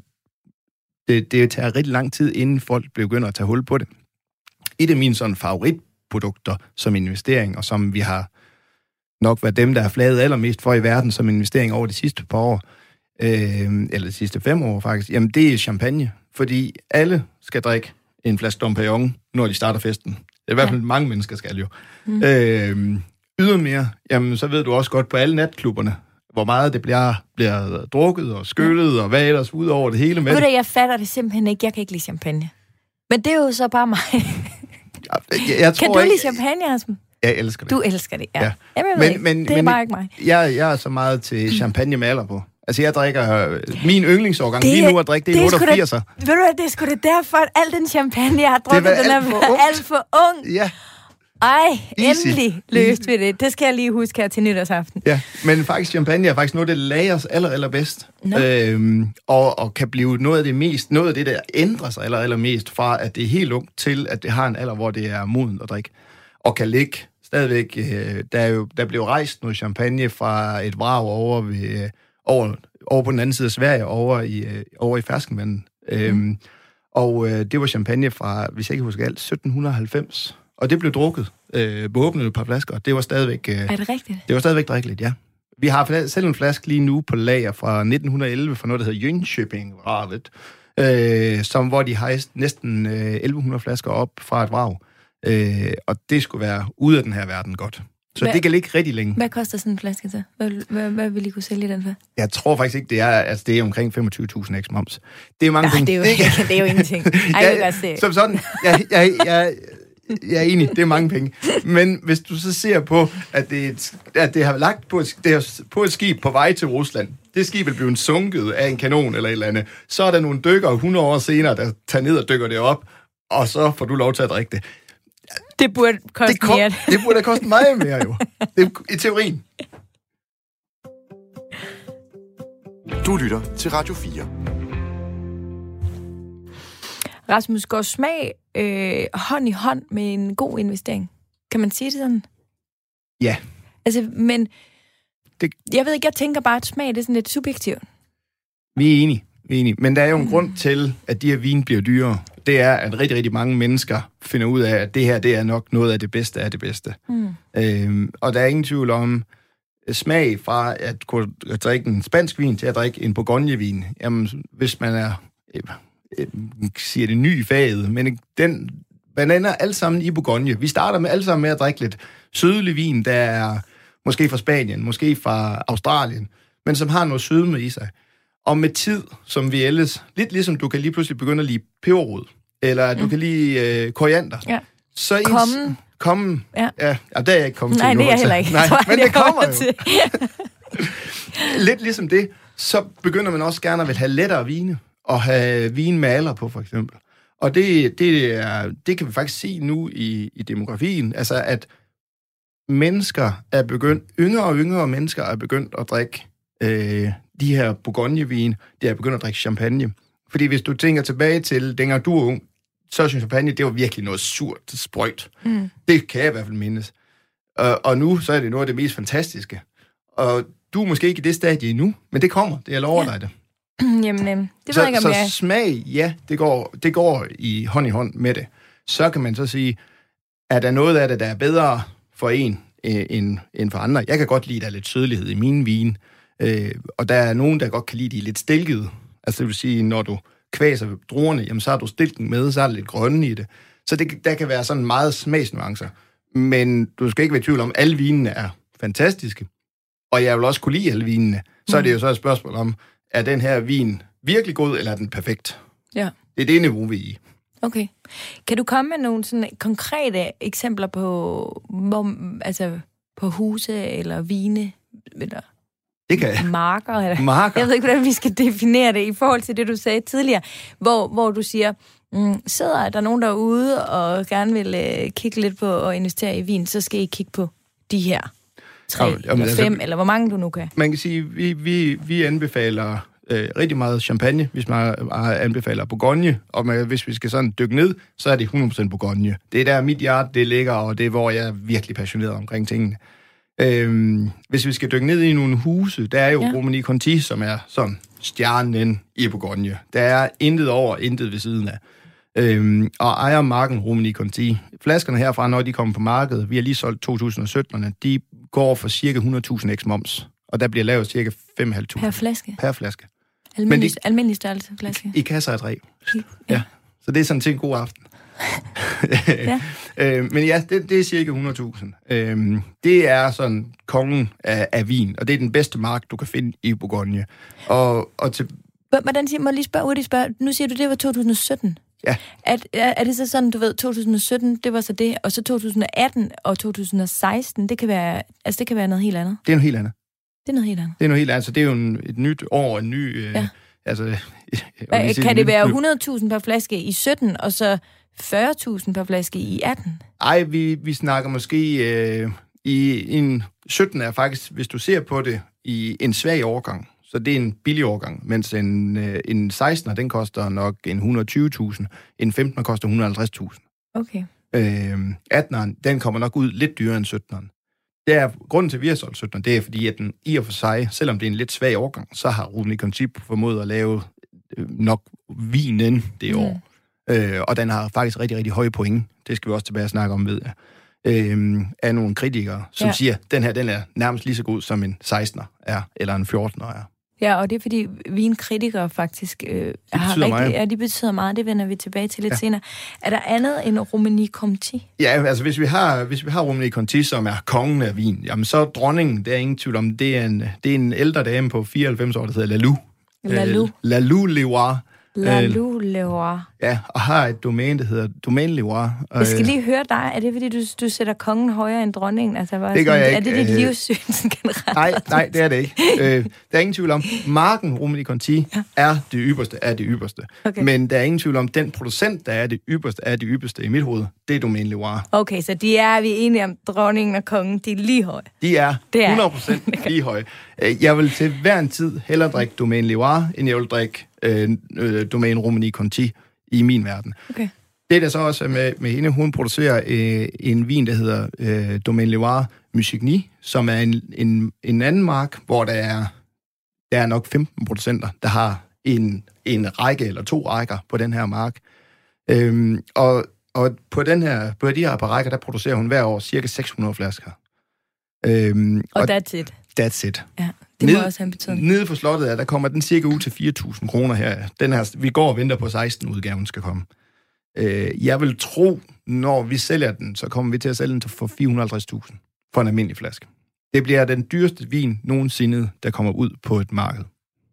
det, det tager rigtig lang tid, inden folk begynder at tage hul på det. Et af mine sådan favoritprodukter som investering, og som vi har nok været dem, der har flaget allermest for i verden som investering over de sidste par år, øh, eller de sidste fem år faktisk, jamen det er champagne. Fordi alle skal drikke en flaske Dom Perignon, når de starter festen. I hvert fald ja. mange mennesker skal jo. Mm. Øh, ydermere, jamen så ved du også godt på alle natklubberne, hvor meget det bliver, bliver drukket og skyllet ja. og hvad ellers ud over det hele med. Ved du, jeg fatter det simpelthen ikke. Jeg kan ikke lide champagne. Men det er jo så bare mig. jeg, jeg tror kan du ikke, lide champagne, Asben? Jeg elsker det. Du elsker det, ja. ja. Jamen, men, ikke. Men, det er men, bare ikke mig. Jeg, jeg er så meget til champagne med alder på. Altså, jeg drikker... Min yndlingsårgang lige nu at drikke, det er otteogfirs. Ved du hvad, det er sgu det derfor, at al den champagne, jeg har drukket, den er for alt for ung. Ja. Ej, Easy. Endelig løst vi det. Det skal jeg lige huske her til nytårsaften. Ja, men faktisk champagne er faktisk noget, det lagres aller, aller bedst. No. Øhm, og, og kan blive noget af det mest, noget af det, der ændrer sig aller, aller mest fra, at det er helt ungt til, at det har en alder, hvor det er moden at drikke. Og kan ligge stadigvæk... Øh, der, er jo, der blev rejst noget champagne fra et vrag over, ved, over, over på den anden side af Sverige, over i, øh, over i Ferskenvanden. Mm. Øhm, og øh, det var champagne fra, hvis jeg ikke husker alt, sytten halvfems. Og det blev drukket øh, på åbnet et par flasker. Det var stadigvæk... Øh, er det rigtigt? Det var stadigvæk drikkeligt, ja. Vi har selv en flaske lige nu på lager fra nitten elleve, fra noget, der hedder Jönköping-vraget, øh, som, hvor de har næsten øh, elleve hundrede flasker op fra et vrag. Øh, og det skulle være ude af den her verden godt. Så hvad, det kan ligge rigtig længe. Hvad koster sådan en flaske så? Hvad, hvad, hvad vil I kunne sælge den for? Jeg tror faktisk ikke, det er, altså det er omkring femogtyve tusind eks moms. Det er mange Nå, penge. Det er jo, det er jo ingenting. Ej, jeg, jeg se. Som sådan, jeg, jeg, jeg, jeg er enig, det er mange penge. Men hvis du så ser på, at det, at det har lagt på et, det er på et skib på vej til Rusland, det skib er blevet sunket af en kanon eller et eller andet, så er der nogle dykkere hundrede år senere, der tager ned og dykker det op, og så får du lov til at drikke det. Det burde koste det ko- mere. Det burde koste meget mere, jo. Det er i teorien. Du lytter til Radio fire. Rasmus, går smag øh, hånd i hånd med en god investering? Kan man sige det sådan? Ja. Altså, men det... jeg ved ikke, jeg tænker bare, at smag det er sådan lidt subjektivt. Vi er enige. Vi er enige. Men der er jo en mm. grund til, at de her vin bliver dyrere. Det er, at rigtig, rigtig mange mennesker finder ud af, at det her, det er nok noget af det bedste af det bedste. Mm. Øhm, og der er ingen tvivl om smag fra at kunne drikke en spansk vin til at drikke en Bourgogne-vin. Jamen, hvis man er, øh, øh, siger det, ny i faget, men den, man ender alle sammen i Bourgogne. Vi starter med alle sammen med at drikke lidt sødlig vin, der er måske fra Spanien, måske fra Australien, men som har noget sødme i sig. Og med tid, som vi ellers, lidt ligesom du kan lige pludselig begynde at lide peberrod, eller du mm. kan lide øh, koriander. Ja. Så ens, kommen. Kommen. Ja. Ja, ja, der er jeg ikke kommet Nej, til. Nej, det er jeg heller ikke. Nej, tror, men det kommer jo. til. Lidt ligesom det, så begynder man også gerne at vil have lettere vine, og have vin med alder på, for eksempel. Og det, det, er, det kan vi faktisk se nu i, i demografien, altså at mennesker er begyndt, yngre og yngre mennesker er begyndt at drikke øh, de her Bourgogne-vin, de er begyndt at drikke champagne. Fordi hvis du tænker tilbage til, dengang du var ung, så synes champagne, det var virkelig noget surt sprøjt. Mm. Det kan jeg i hvert fald mindes. Og, og nu, så er det noget af det mest fantastiske. Og du er måske ikke i det stadie endnu, men det kommer, det jeg lover ja. dig det. Jamen, øh, det så, ved jeg ikke, om så jeg... smag, ja, det går, det går i hånd i hånd med det. Så kan man så sige, er der noget af det, der er bedre for en øh, end, end for andre? Jeg kan godt lide, at der er lidt sødlighed i min vin, øh, og der er nogen, der godt kan lide, de lidt stilkede. Altså det vil sige, når du kvæser druerne, jamen så har du stilken med, så er der lidt grønne i det. Så det, der kan være sådan meget smagsnuancer. Men du skal ikke være i tvivl om, at alle vinene er fantastiske. Og jeg vil også kunne lide alle vinene. Så er det jo så et spørgsmål om, er den her vin virkelig god, eller er den perfekt? Ja. Det er det niveau, vi er i. Okay. Kan du komme med nogle sådan konkrete eksempler på, hvor, altså, på huse eller vine, eller det kan marker, eller marker? Jeg ved ikke, hvordan vi skal definere det i forhold til det, du sagde tidligere, hvor, hvor du siger, Mm, sidder der nogen derude og gerne vil øh, kigge lidt på at investere i vin, så skal I kigge på de her tre ja, eller altså, fem, eller hvor mange du nu kan. Man kan sige, vi, vi, vi anbefaler øh, rigtig meget champagne, hvis man anbefaler Bourgogne, og man, hvis vi skal sådan dykke ned, så er det hundrede procent Bourgogne. Det er der mit hjerte, det ligger, og det er, hvor jeg er virkelig passioneret omkring tingene. Øhm, hvis vi skal dykke ned i nogle huse, der er jo ja. Romanée Conti, som er sådan stjernen i Bourgogne. Der er intet over, intet ved siden af. Øhm, og ejer marken Romanée Conti. Flaskerne herfra, når de kommer på markedet, vi har lige solgt to tusind sytten, de går for cirka hundrede tusind eks moms. Og der bliver lavet cirka fem tusind fem hundrede. Per flaske? Per flaske. Almindelig, de, almindelig størrelse flaske? I, i kasser af tre. Ja. ja. Så det er sådan til en god aften. ja. øh, men ja, det, det er cirka hundrede tusind. Øh, det er sådan kongen af, af vin, og det er den bedste mark, du kan finde i Bourgogne. Og, og til... Hvordan siger, må jeg lige spørge, hurtigt spørge, nu siger du, det var to tusind sytten. Ja. Er, er, er det så sådan, du ved, to tusind sytten, det var så det, og så to tusind atten og to tusind seksten, det kan være, altså det kan være noget helt andet? Det er noget helt andet. Det er noget helt andet? Det er noget helt andet, så det er jo en, et nyt år, en ny... Øh, ja. altså, Kan sige, det være hundrede tusind per flaske i sytten, og så fyrre tusind per flaske i atten? Ej, vi, vi snakker måske øh, i en sytten er faktisk, hvis du ser på det, i en svag årgang. Så det er en billig årgang, mens en, øh, en sekstener, den koster nok en et hundrede og tyve tusind, en femtener koster et hundrede og halvtreds tusind. Okay. Øh, atteneren, den kommer nok ud lidt dyrere end sytteneren. Det er, grunden til, at vi har solgt sytteneren, det er, fordi at den i og for sig, selvom det er en lidt svag årgang, så har Romanée Conti formået at lave øh, nok vinen det mm. år. Øh, og den har faktisk rigtig, rigtig høje point. Det skal vi også tilbage og snakke om, ved jeg. Øh, af nogle kritikere, som ja. siger, den her den er nærmest lige så god, som en sekstener er, eller en fjortener er. Ja, og det er fordi vinkritikere faktisk øh, har rigtig, ja, de betyder meget. Det vender vi tilbage til lidt ja. senere. Er der andet end Romanée Conti? Ja, altså hvis vi har hvis vi har Romanée Conti, som er kongen af vin, jamen så dronningen, det er ingen tvivl om, det er en det er en ældre dame på fireoghalvfems år, der hedder Lalou. Lalou. Øh, Lalou Leroy. Lalou Leroy. Ja, og har et domæne, der hedder Domaine Leroy. Jeg skal lige høre dig. Er det, fordi du, du sætter kongen højere end dronningen? Altså, bare det gør sådan, jeg ikke. Er det dit øh, livssyn generelt? Nej, nej, det er det ikke. øh, der er ingen tvivl om, marken Romanée Conti ja. er det ypperste af det ypperste. Okay. Men der er ingen tvivl om, den producent, der er det ypperste af det ypperste i mit hoved, det er Domaine Leroy. Okay, så de er, vi er enige om, dronningen og kongen, de er lige høje. De er, er hundrede procent lige høje. Jeg vil til hver en tid hellere drikke Domaine Leroy, end jeg vil drikke øh, øh, Domaine Romanée Conti i min verden. Okay. Det der så også med, med hende, hun producerer øh, en vin, der hedder øh, Domaine Leroy Musigny, som er en, en, en anden mark, hvor der er, der er nok femten producenter, der har en, en række eller to rækker på den her mark. Øhm, og og på, den her, på de her par rækker, der producerer hun hver år cirka seks hundrede flasker. Øhm, og, og that's it. That's it. Ja, det må nede, også have en betydning. Nede på slottet, der kommer den cirka ud til fire tusind kroner her. Den her. Vi går og venter på seksten-udgaven skal komme. Øh, jeg vil tro, når vi sælger den, så kommer vi til at sælge den for fire hundrede og halvtreds tusind for en almindelig flaske. Det bliver den dyreste vin nogensinde, der kommer ud på et marked.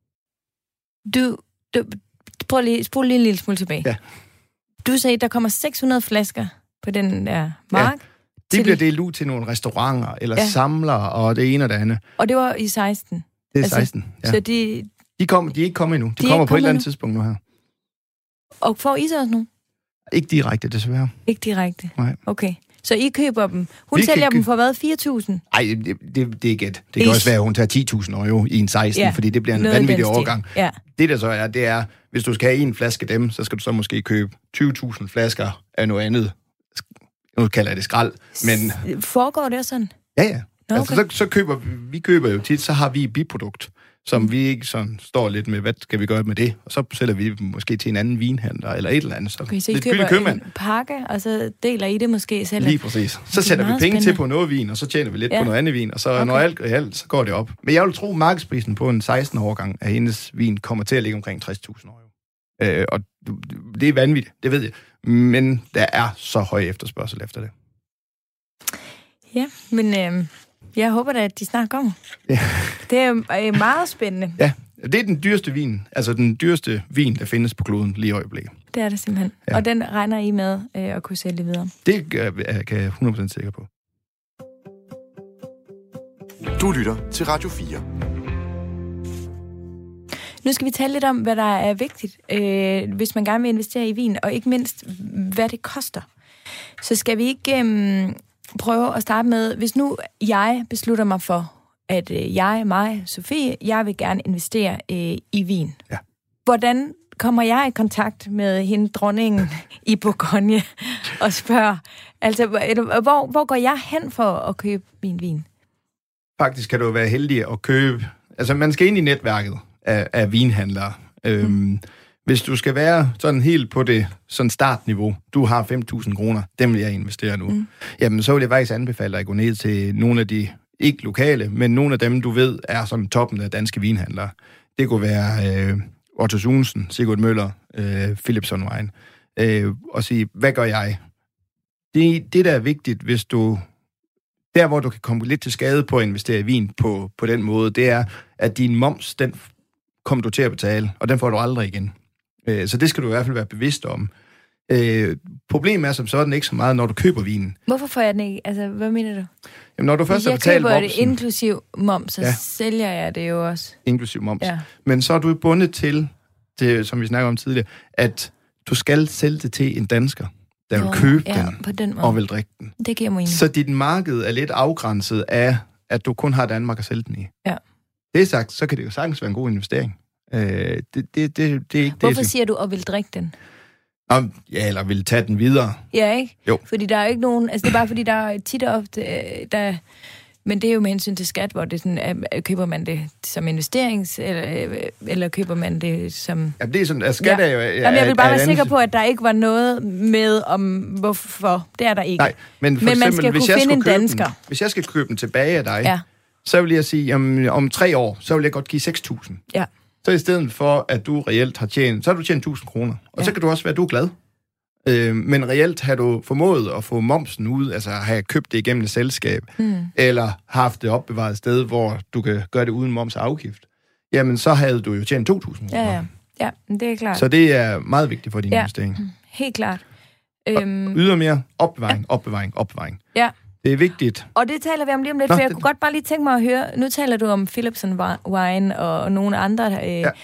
Du, du prøv lige, spol lige en lille smule tilbage. Ja. Du sagde, der kommer seks hundrede flasker på den der mark. Ja. De bliver delt ud til nogle restauranter, eller ja. samlere, og det ene og det andet. Og det var i seksten? Det er altså, seksten, ja. Så de... De, kom, de er ikke kommet endnu. De, de kommer på et eller andet nu. tidspunkt nu her. Og får I så også nu? Ikke direkte, desværre. Ikke direkte? Nej. Okay. Så I køber dem. Hun Vi sælger kan... dem for hvad? fire tusind? Nej, det, det, det er gæt. Det kan også være, at hun tager ti tusind euro i en seksten, ja. fordi det bliver en Noget vanvittig overgang. Ja. Det der så er, det er, hvis du skal have en flaske af dem, så skal du så måske købe tyve tusind flasker af noget andet. Nu kalder jeg det skrald, men... Foregår det sådan? Ja, ja. Nå, okay. Altså, så, så køber vi, vi køber jo tit, så har vi et biprodukt, som vi ikke sådan står lidt med, hvad skal vi gøre med det? Og så sælger vi måske til en anden vinhandler, eller et eller andet. Så, okay, så I køber købmand. en pakke, og så deler I det måske selv? Lige præcis. Så sætter vi penge spændende. til på noget vin, og så tjener vi lidt ja. på noget andet vin, og så okay. når alt, alt, så går det op. Men jeg vil tro, at markedsprisen på en seksten-årgang af hendes vin kommer til at ligge omkring tres tusind euro. Øh, og det er vanvittigt, det ved jeg. Men der er så høj efterspørgsel efter det. Ja, men øh, jeg håber da, at de snart kommer. Ja. Det er meget spændende. Ja, det er den dyreste vin. Altså den dyreste vin, der findes på kloden lige i øjeblikket. Det er det simpelthen. Ja. Og den regner I med øh, at kunne sælge videre? Det er, kan jeg hundrede procent sikker på. Du lytter til Radio fire. Nu skal vi tale lidt om, hvad der er vigtigt, øh, hvis man gerne vil investere i vin, og ikke mindst, hvad det koster. Så skal vi ikke øh, prøve at starte med, hvis nu jeg beslutter mig for, at øh, jeg, mig, Sofie, jeg vil gerne investere øh, i vin. Ja. Hvordan kommer jeg i kontakt med hende, dronningen i Bourgogne, og spørger, altså, hvor, hvor går jeg hen for at købe min vin? Faktisk kan du være heldig at købe... Altså, man skal ind i netværket af, af vinhandlere. Mm. Øhm, hvis du skal være sådan helt på det sådan startniveau, du har fem tusind kroner, dem vil jeg investere nu. Mm. Jamen, så vil jeg faktisk anbefale dig at gå ned til nogle af de, ikke lokale, men nogle af dem, du ved, er sådan toppen af danske vinhandlere. Det kunne være øh, Otto Sunesen, Sigurd Møller, øh, Philipson Wine, øh, og sige, hvad gør jeg? Det, det, der er vigtigt, hvis du... Der, hvor du kan komme lidt til skade på at investere i vin på, på den måde, det er, at din moms, den kommer du til at betale, og den får du aldrig igen. Øh, så det skal du i hvert fald være bevidst om. Øh, problemet er som sådan ikke så meget, når du køber vinen. Hvorfor får jeg den ikke? Altså, hvad mener du? Jamen, når du først har jeg betalt momsen... Jeg køber det inklusiv moms, så ja. sælger jeg det jo også. Inklusiv moms. Ja. Men så er du bundet til, det, som vi snakker om tidligere, at du skal sælge det til en dansker, der vil købe ja, den, på den måde. og vil drikke den. Det giver mening. Så dit marked er lidt afgrænset af, at du kun har Danmark at sælge den i. Ja. Det er sagt, så kan det jo sagtens være en god investering. Øh, det, det, det, det er ikke Hvorfor det, siger du, at vil drikke den? Om, ja, eller vil tage den videre. Ja, ikke? Jo. Fordi der er ikke nogen... Altså, det er bare fordi, der er tit og ofte... Der, men det er jo med hensyn til skat, hvor det sådan, at køber man det som investerings... Eller, eller køber man det som... Ja, det er sådan... At skat ja. er jo... Ja, Jamen, jeg vil bare være sikker andet... på, at der ikke var noget med om... Hvorfor? Det er der ikke. Nej, men, for men eksempel, man skal hvis kunne finde en dansker. Den, hvis jeg skal købe den tilbage af dig, ja. så vil jeg sige, om, om tre år, så vil jeg godt give seks tusind. Ja. Så i stedet for, at du reelt har tjent... Så har du tjent tusind kroner. Og ja. så kan du også være, at du er glad. Øh, men reelt har du formået at få momsen ud, altså have købt det igennem et selskab, mm. eller haft det opbevaret et sted, hvor du kan gøre det uden moms og afgift, jamen så havde du jo tjent to tusind kroner. Ja, ja. Ja, det er klart. Så det er meget vigtigt for din ja. investering. Helt klart. Øhm... Ydermere opbevaring, ja. opbevaring, opbevaring. Ja. Det er vigtigt. Og det taler vi om lige om lidt, Nå, for jeg det... kunne godt bare lige tænke mig at høre, nu taler du om Philipson Wine og nogle andre. Øh... Ja.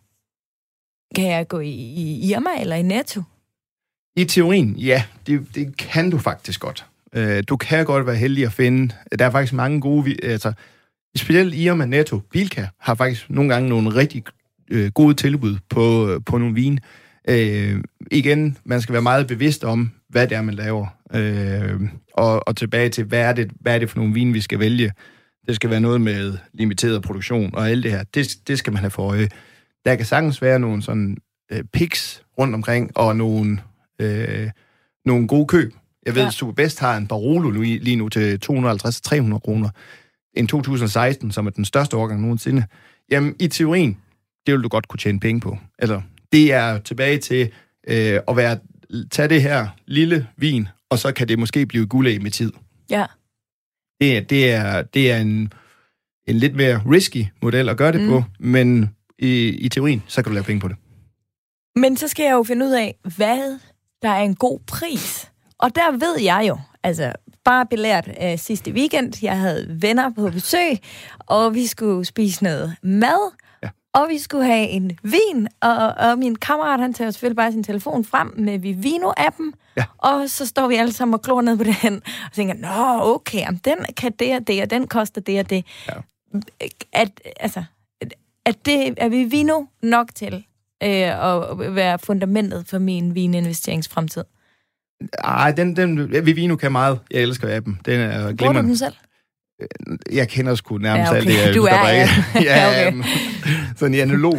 Kan jeg gå i, i Irma eller i Netto? I teorien, ja, det, det kan du faktisk godt. Uh, du kan godt være heldig at finde. Der er faktisk mange gode... Altså, specielt Irma, Netto, Bilka har faktisk nogle gange nogle rigtig uh, gode tilbud på, uh, på nogle vin. Uh, igen, man skal være meget bevidst om, hvad det er, man laver. Uh, og, og tilbage til, hvad er, det, hvad er det for nogle vin, vi skal vælge. Det skal være noget med limiteret produktion og alt det her. Det, det skal man have for øje. Der kan sagtens være nogle sådan uh, picks rundt omkring, og nogle... Øh, nogle gode køb. Jeg ved, ja. Superbest har en Barolo lige, lige nu til to hundrede og halvtreds til tre hundrede kroner. En to tusind og seksten, som er den største årgang nogensinde. Jamen, i teorien, det vil du godt kunne tjene penge på. Altså, det er tilbage til øh, at være, tage det her lille vin, og så kan det måske blive guldæg med tid. Ja. Det er, det er, det er en, en lidt mere risky model at gøre det mm. på, men i, i teorien, så kan du lave penge på det. Men så skal jeg jo finde ud af, hvad der er en god pris. Og der ved jeg jo, altså bare belært af sidste weekend, jeg havde venner på besøg, og vi skulle spise noget mad, ja. og vi skulle have en vin, og, og min kammerat, han tager selvfølgelig bare sin telefon frem med Vivino-appen, ja. og så står vi alle sammen og klor ned på den, og tænker, nå, okay, jamen, den kan det og det, og den koster det og det. Ja. At, altså, at det er Vivino nok til og være fundamentet for min vininvesteringsfremtid? Ej, den, den, Vivino kan meget. Jeg elsker appen. Den er glimrende. Bruger du den selv? Jeg kender sgu nærmest ja, okay. alt det. Du er, ja. ja, okay. Sådan en analog.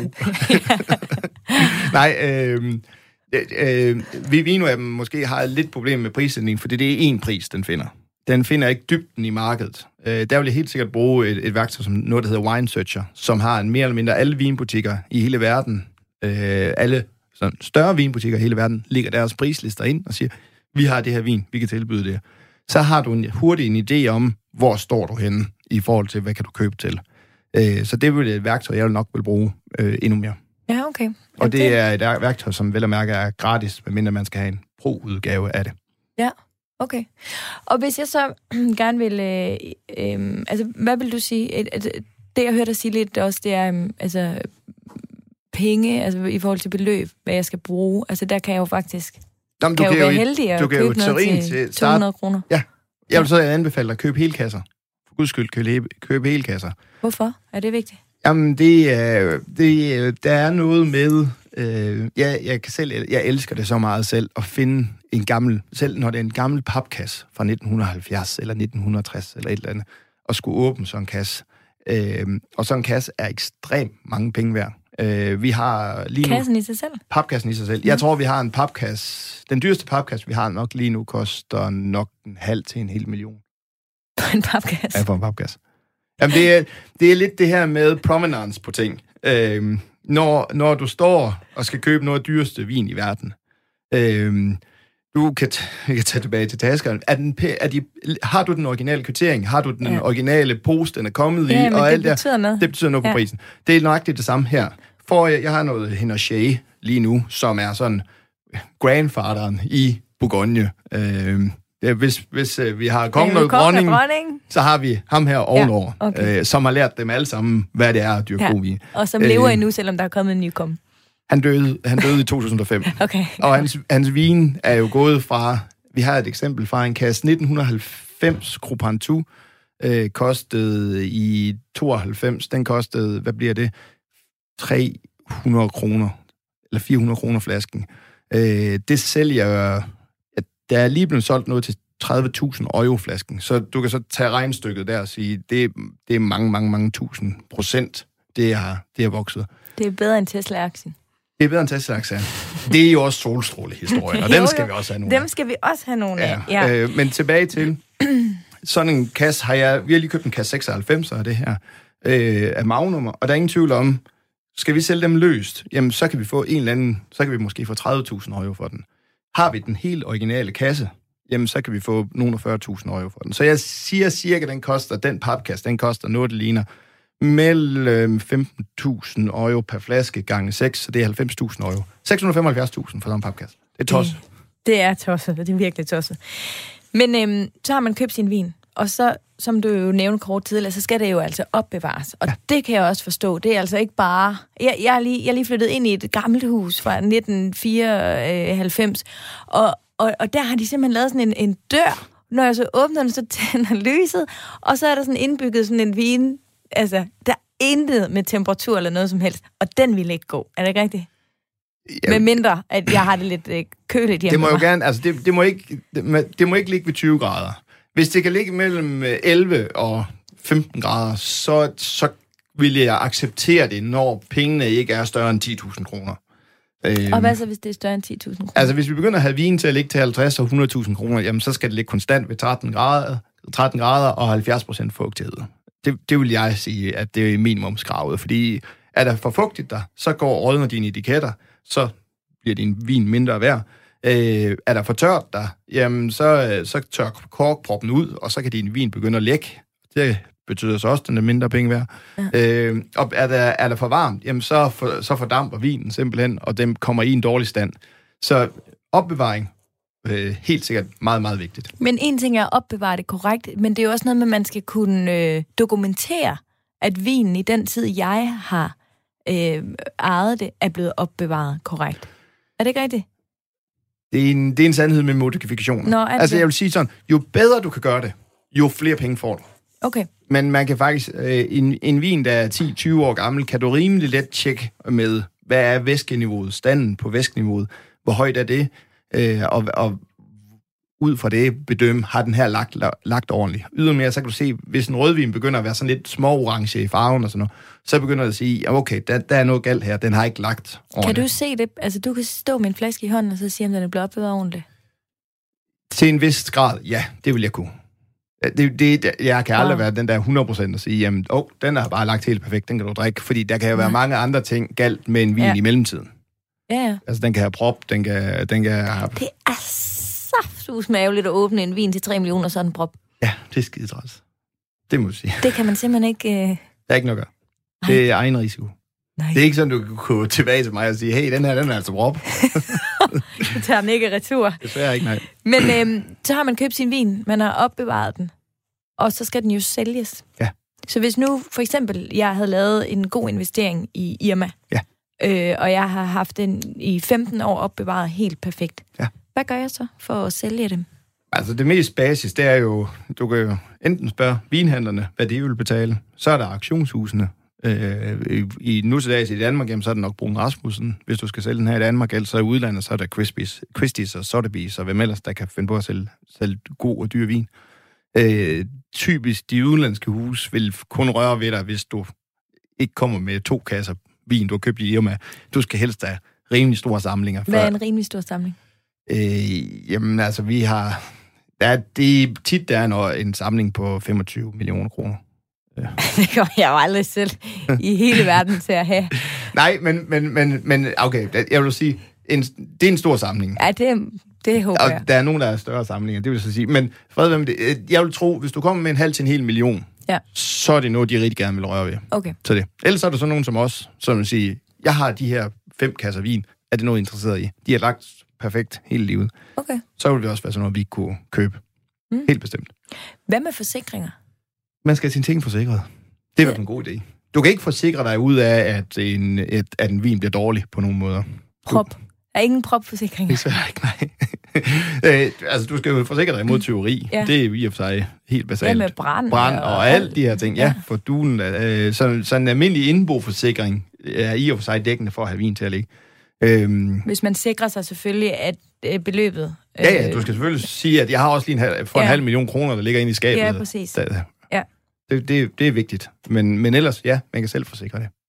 Nej, øh, øh, Vivino-appen måske har et lidt problem med prissætning, fordi det er én pris, den finder. Den finder ikke dybden i markedet. Øh, der vil jeg helt sikkert bruge et, et værktøj, som noget, der hedder Wine Searcher, som har en mere eller mindre alle vinbutikker i hele verden, øh, alle sådan større vinbutikker i hele verden, ligger deres prislister ind og siger, vi har det her vin, vi kan tilbyde det. Så har du en, hurtigt en idé om, hvor står du henne i forhold til, hvad kan du købe til. Øh, så det vil et værktøj, jeg vil nok vil bruge øh, endnu mere. Ja, okay. Og det er et værktøj, som vel at mærke er gratis, medmindre man skal have en pro-udgave af det. Ja. Okay. Og hvis jeg så gerne vil... Øh, øh, altså, hvad vil du sige? Et, et, det, jeg hørte dig sige lidt også, det er... Øh, altså, penge, altså i forhold til beløb, hvad jeg skal bruge. Altså der kan jeg jo faktisk Jamen, du kan, kan jo være jo, heldig at du kan købe jo noget til, til start, to hundrede kroner. Ja, jeg vil så anbefale dig at købe hele kasser. For guds skyld, købe, købe hele kasser. Hvorfor? Er det vigtigt? Jamen, det er, det, der er noget med... Øh, jeg, jeg, kan selv, jeg elsker det så meget selv, at finde en gammel... Selv når det er en gammel papkasse fra nitten halvfjerds eller nitten tres eller et eller andet, og skulle åbne sådan en kasse. Øh, og sådan en kasse er ekstremt mange penge værd. Øh, vi har lige Kassen nu, i sig selv? Papkassen i sig selv. Jeg tror, vi har en papkasse... Den dyreste papkasse, vi har nok lige nu, koster nok en halv til en hel million. En papkasse? Ja, for en papkasse. Jamen, det er, det er lidt det her med provenance på ting. Øhm, når, når du står og skal købe noget af dyreste vin i verden, øhm, du kan, t- kan tage tilbage til taskeren. Er den, er de, har du den originale kvittering? Har du den ja. originale pose, den er kommet ja, i? Og og det alt betyder der, noget. Det betyder noget på ja. prisen. Det er nøjagtigt det samme her. For jeg, jeg har noget Hinochet lige nu, som er sådan grandfaderen i Bourgogne. Øhm, Ja, hvis, hvis øh, vi har kongen og dronningen, dronning, så har vi ham her ovenover, ja, okay. øh, som har lært dem alle sammen, hvad det er at dyrke god vin. Og som øh, lever endnu, selvom der er kommet en ny kom. Han døde, han døde i to tusind og fem. Okay. Og hans, hans vin er jo gået fra, vi har et eksempel fra en kasse, nitten halvfems Cru Pantou, øh, kostede i tooghalvfems, den kostede, hvad bliver det, tre hundrede kroner, eller fire hundrede kroner flasken. Øh, det sælger... Der er lige blevet solgt noget til tredive tusind euro flasken, så du kan så tage regnstykket der og sige, det, det er mange, mange, mange tusind procent, det har, det har vokset. Det er bedre end Tesla-aktien. Det er bedre end Tesla-aktien. Det er jo også solstrålehistorien, og dem skal vi også have nogle af. Dem skal vi også have nogle af, ja. ja. Øh, men tilbage til, sådan en kasse har jeg, vi har lige købt en kasse seksoghalvfems af det her, øh, af Magnummer, og der er ingen tvivl om, skal vi sælge dem løst, jamen så kan vi få en eller anden, så kan vi måske få tredive tusind euro for den. Har vi den helt originale kasse, jamen så kan vi få nogle af fyrre tusind euro for den. Så jeg siger cirka, den koster, den papkasse, den koster noget, det ligner mellem femten tusind euro per flaske gange seks, så det er halvfems tusind euro. seks hundrede og femoghalvfjerds tusind for sådan en papkasse. Det er tosset. Det, det er tosset, det er virkelig tosset. Men øhm, så har man købt sin vin, og så, som du jo nævnte kort tidligere, så skal det jo altså opbevares. Og ja. det kan jeg også forstå. Det er altså ikke bare... Jeg, jeg, er, lige, jeg er lige flyttet ind i et gammelt hus fra nitten fireoghalvfems, og, og, og der har de simpelthen lavet sådan en, en dør. Når jeg så åbner den, så tænder lyset, og så er der sådan indbygget sådan en vin... Altså, der er intet med temperatur eller noget som helst, og den vil ikke gå. Er det ikke rigtigt? Ja. Med mindre, at jeg har det lidt øh, køligt hjemme. Det må jo gerne... Altså, det, det, må ikke, det, det må ikke ligge ved tyve grader. Hvis det kan ligge mellem elleve og femten grader, så, så vil jeg acceptere det, når pengene ikke er større end ti tusind kroner. Og hvad så, hvis det er større end ti tusind kroner? Altså, hvis vi begynder at have vin til at ligge til halvtreds og hundrede tusind kroner, jamen, så skal det ligge konstant ved tretten grader, tretten grader og halvfjerds procent fugtighed. Det, det vil jeg sige, at det er minimumskravet, fordi er der for fugtigt der, så går rådner dine etiketter, så bliver din vin mindre værd. Øh, er der for tørt der, jamen så, så tør korkproppen ud, og så kan din vin begynde at lække. Det betyder så også, at den er mindre penge værd. Ja. Øh, og er der, er der for varmt, jamen så, for, så fordamper vinen simpelthen, og den kommer i en dårlig stand. Så opbevaring, øh, helt sikkert meget, meget vigtigt. Men en ting er at opbevare det korrekt, men det er jo også noget med, at man skal kunne øh, dokumentere, at vinen i den tid, jeg har øh, ejet det, er blevet opbevaret korrekt. Er det ikke rigtigt? Det er en, det er en sandhed med modifikationer. Nå, altså det? Jeg vil sige sådan, jo bedre du kan gøre det, jo flere penge får du. Okay. Men man kan faktisk, øh, en, en vin, der er ti til tyve år gammel, kan du rimelig let tjekke med, hvad er væskeniveauet, standen på væskeniveauet, hvor højt er det, øh, og, og ud fra det bedømme, har den her lagt, lagt ordentligt. Ydermere, så kan du se, hvis en rødvin begynder at være sådan lidt små orange i farven og sådan noget, så begynder det at sige, okay, der, der er noget galt her, den har ikke lagt ordentligt. Kan du se det? Altså, du kan stå med en flaske i hånden, og så sige, om den er blevet opbevaret ordentligt? Til en vis grad, ja, det vil jeg kunne. Det, det, jeg kan aldrig ja. være den der hundrede procent og sige, jamen, åh, oh, den er bare lagt helt perfekt, den kan du drikke, fordi der kan jo være ja. mange andre ting galt med en vin ja. i mellemtiden. Ja, ja. Altså, den kan have prop, den kan, den kan have... Det er saftsus med ærgerligt at åbne en vin til tre millioner, sådan en prop. Ja, det er skide træls. Det må jeg sige. Det kan man simpelthen ikke... Uh... Der er ikke noget at gøre. Det er egen risiko. Nej. Det er ikke sådan, du kan gå tilbage til mig og sige, hey, den her, den er altså prop. Du tager den ikke retur. Desværre ikke, nej. Men øhm, så har man købt sin vin, man har opbevaret den, og så skal den jo sælges. Ja. Så hvis nu, for eksempel, jeg havde lavet en god investering i Irma, ja. øh, og jeg har haft den i femten år opbevaret helt perfekt. Ja. Hvad gør jeg så for at sælge dem? Altså det mest basis, det er jo, du kan jo enten spørge vinhandlerne, hvad de vil betale. Så er der auktionshusene. Øh, i, i nu til dags i Danmark, jamen, så er det nok Brun Rasmussen, hvis du skal sælge den her i Danmark. Ellers så i udlandet, så er der Christie's, Christie's og Sotheby's, og hvem ellers, der kan finde på at sælge, sælge god og dyr vin. Øh, typisk de udenlandske hus vil kun røre ved dig, hvis du ikke kommer med to kasser vin, du har købt i Irma. Du skal helst have rimelig store samlinger. Hvad er en rimelig stor samling? Øh, jamen altså, vi har... Der er, det, tit der er en, en samling på femogtyve millioner kroner. Ja. Det kommer jeg jo aldrig selv i hele verden til at have. Nej, men, men, men, men okay, jeg vil sige, en, det er en stor samling. Ja, det, det håber og jeg. Der er nogen, der er større samlinger, det vil jeg sige. Men fred med det. Jeg vil tro, hvis du kommer med en halv til en hel million, ja. så er det noget, de rigtig gerne vil røre ved. Okay. Så det. Ellers er der sådan nogen som os, som vil sige, jeg har de her fem kasser vin, er det noget interesseret i? De er lagt perfekt hele livet. Okay. Så vil det også være sådan noget, vi kunne købe. Mm. Helt bestemt. Hvad med forsikringer? Man skal have sine ting forsikret. Det er ja. en god idé. Du kan ikke forsikre dig ud af, at en, et, at en vin bliver dårlig på nogen måder. Prop. Du... Er ingen propforsikring? Det er ikke, nej. øh, altså, du skal jo forsikre dig imod tyveri. Ja. Det er i og for sig helt basalt. Ja, med brand. Brand og, og alt de her ting. Ja, ja for dulen. Øh, så, så en almindelig indboforsikring er i og for sig dækkende for at have vin til at ligge. Øhm, Hvis man sikrer sig selvfølgelig, at øh, beløbet... Øh, ja, ja, du skal selvfølgelig sige, at jeg har også lige en halv, for ja. en halv million kroner, der ligger inde i skabet. Ja, præcis. Der, ja. Det, det, det er vigtigt. Men, men ellers, ja, man kan selv forsikre det.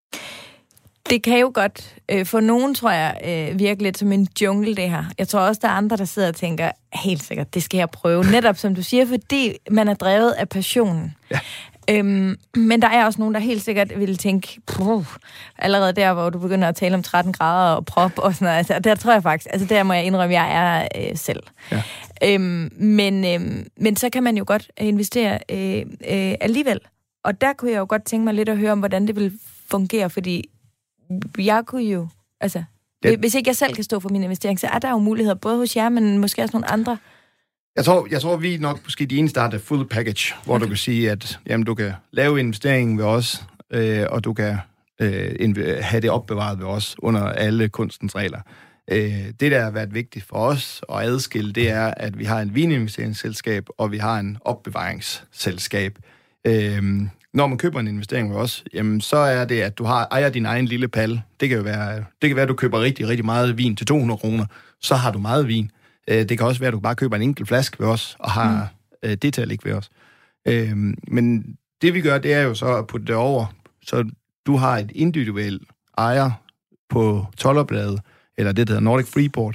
Det kan jo godt, øh, for nogen tror jeg, øh, virke lidt som en jungle, det her. Jeg tror også, der er andre, der sidder og tænker, helt sikkert, det skal jeg prøve. Netop som du siger, fordi man er drevet af passionen. Ja. Øhm, men der er også nogen, der helt sikkert vil tænke, allerede der, hvor du begynder at tale om tretten grader og prop og sådan noget, altså, der tror jeg faktisk, altså der må jeg indrømme, jeg er øh, selv. Ja. Øhm, men, øh, men så kan man jo godt investere øh, øh, alligevel. Og der kunne jeg jo godt tænke mig lidt at høre om, hvordan det vil fungere, fordi jeg kunne jo, altså, ja. hvis ikke jeg selv kan stå for min investering, så er der jo muligheder både hos jer, men måske også nogle andre. Jeg tror, jeg tror vi er nok måske de eneste, der har det full package, hvor okay. du kan sige, at jamen, du kan lave investeringen ved os, øh, og du kan øh, have det opbevaret ved os under alle kunstens regler. Øh, det, der har været vigtigt for os at adskille, det er, at vi har en vininvesteringsselskab, og vi har en opbevaringsselskab. Øh, når man køber en investering ved os, jamen, så er det, at du har, ejer din egen lille palle. Det kan jo være, det kan være, at du køber rigtig, rigtig meget vin til to hundrede kroner. Så har du meget vin. Det kan også være, at du bare køber en enkelt flaske ved os, og har mm. det til at ligge ved os. Men det, vi gør, det er jo så at putte det over, så du har et individuelt ejer på tollerbladet, eller det, der hedder Nordic Freeport,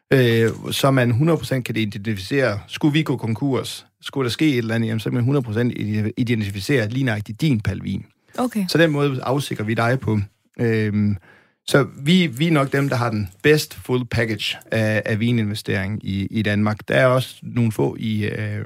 så man hundrede procent kan identificere, skulle vi gå konkurs, skulle der ske et eller andet, jamen, så man hundrede procent identificere lige nøjagtigt din palvin. Okay. Så den måde afsikrer vi dig på. Øhm, så vi, vi er nok dem, der har den best full package af, af vininvestering i, i Danmark. Der er også nogle få i, øh,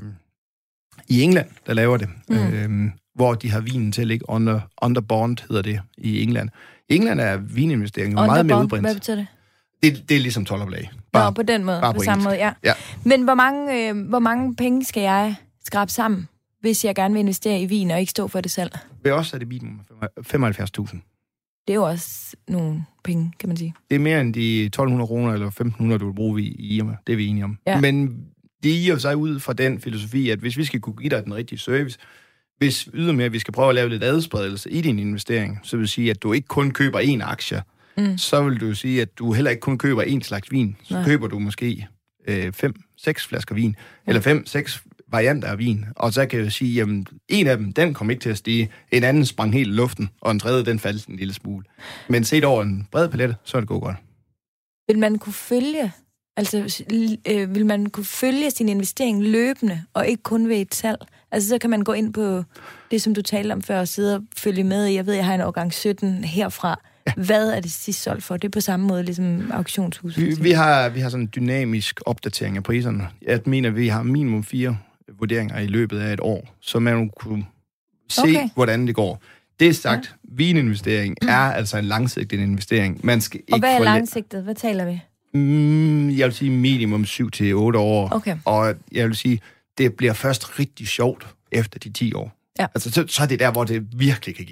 i England, der laver det, mm. øhm, hvor de har vinen til at ligge under, under bond, hedder det i England. I England er vininvesteringen under meget mere bond. udbredt. Hvad betyder det? Det, det er ligesom tolvoplag. Nå, på den måde, på, på samme måde, ja. ja. Men hvor mange, øh, hvor mange penge skal jeg skrabe sammen, hvis jeg gerne vil investere i vin og ikke stå for det selv? Ved os er det minimum femoghalvfjerds tusind. Det er jo også nogle penge, kan man sige. Det er mere end de tolv hundrede kroner eller femten hundrede, du vil bruge i Irma. Det er vi enige om. Ja. Men det er jo sig ud fra den filosofi, at hvis vi skal kunne give dig den rigtige service, hvis ydermere vi skal prøve at lave lidt adspredelse i din investering, så vil sige, at du ikke kun køber én aktie, mm. så vil du sige, at du heller ikke kun køber én slags vin. Så Nej. køber du måske øh, fem, seks flasker vin, ja. eller fem, seks varianter af vin. Og så kan jeg jo sige, jamen, en af dem, den kom ikke til at stige, en anden sprang helt i luften, og en tredje, den faldt en lille smule. Men set over en bred palette, så er det gået godt. Vil man kunne følge, altså, øh, vil man kunne følge sin investering løbende, og ikke kun ved et salg? Altså, så kan man gå ind på det, som du talte om før, og sidde og følge med. Jeg ved, jeg har en årgang sytten herfra. Ja. Hvad er det sidst solgt for? Det er på samme måde, ligesom auktionshuset. Vi, vi, har, vi har sådan en dynamisk opdatering af priserne. Jeg mener, vi har minimum fire vurderinger i løbet af et år, så man kunne se, okay. hvordan det går. Det er sagt, ja. vininvestering er altså en langsigtet investering. Man skal ikke og hvad er forlæ- langsigtet? Hvad taler vi? Mm, jeg vil sige minimum syv til otte år. Okay. Og jeg vil sige, det bliver først rigtig sjovt efter de ti år. Ja. Altså, så, så er det der, hvor det virkelig kan give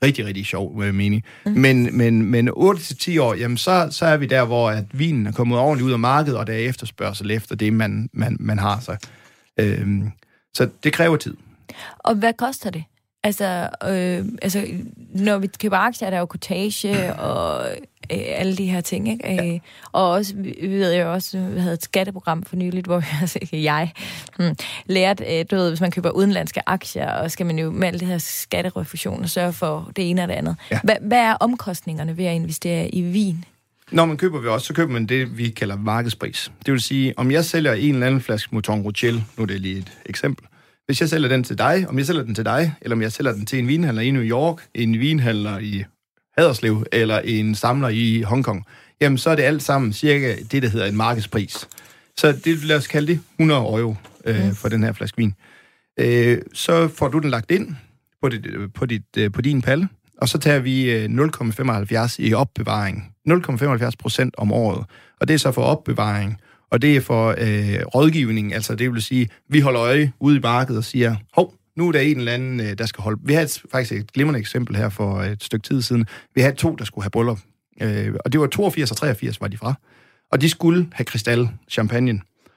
rigtig, rigtig sjov øh, mening. Mm. Men, men, men otte til ti år, jamen så, så er vi der, hvor at vinen er kommet ordentligt ud af markedet, og der er efterspørgsel efter det, man, man, man har sig. Øhm, så det kræver tid. Og hvad koster det? Altså, øh, altså når vi køber aktier, er der jo kortage og øh, alle de her ting, ikke? Ja. Øh, og også, vi ved jo også, vi havde et skatteprogram for nyligt, hvor altså, jeg hmm, lærte, øh, du ved, hvis man køber udenlandske aktier, og skal man jo med alle det her skatterefusion og sørge for det ene og det andet. Ja. Hva, hvad er omkostningerne ved at investere i vin? Når man køber vi også, så køber man det, vi kalder markedspris. Det vil sige, om jeg sælger en eller anden flaske Mouton Rothschild, nu er det lige et eksempel. Hvis jeg sælger den til dig, om jeg sælger den til dig, eller om jeg sælger den til en vinhandler i New York, en vinhandler i Haderslev, eller en samler i Hongkong, jamen så er det alt sammen cirka det, der hedder en markedspris. Så det, lad os kalde det hundrede euro øh, mm. for den her flaske vin. Øh, så får du den lagt ind på, dit, på, dit, øh, på din palle, og så tager vi nul komma femoghalvfjerds i opbevaring. nul komma femoghalvfjerds procent om året. Og det er så for opbevaring. Og det er for øh, rådgivning, altså det vil sige, vi holder øje ude i markedet og siger, hov, nu er der en eller anden, øh, der skal holde... Vi havde et, faktisk et glimrende eksempel her for et stykke tid siden. Vi havde to, der skulle have bryllup. Øh, og det var toogfirs og treogfirs var de fra. Og de skulle have kristal champagne.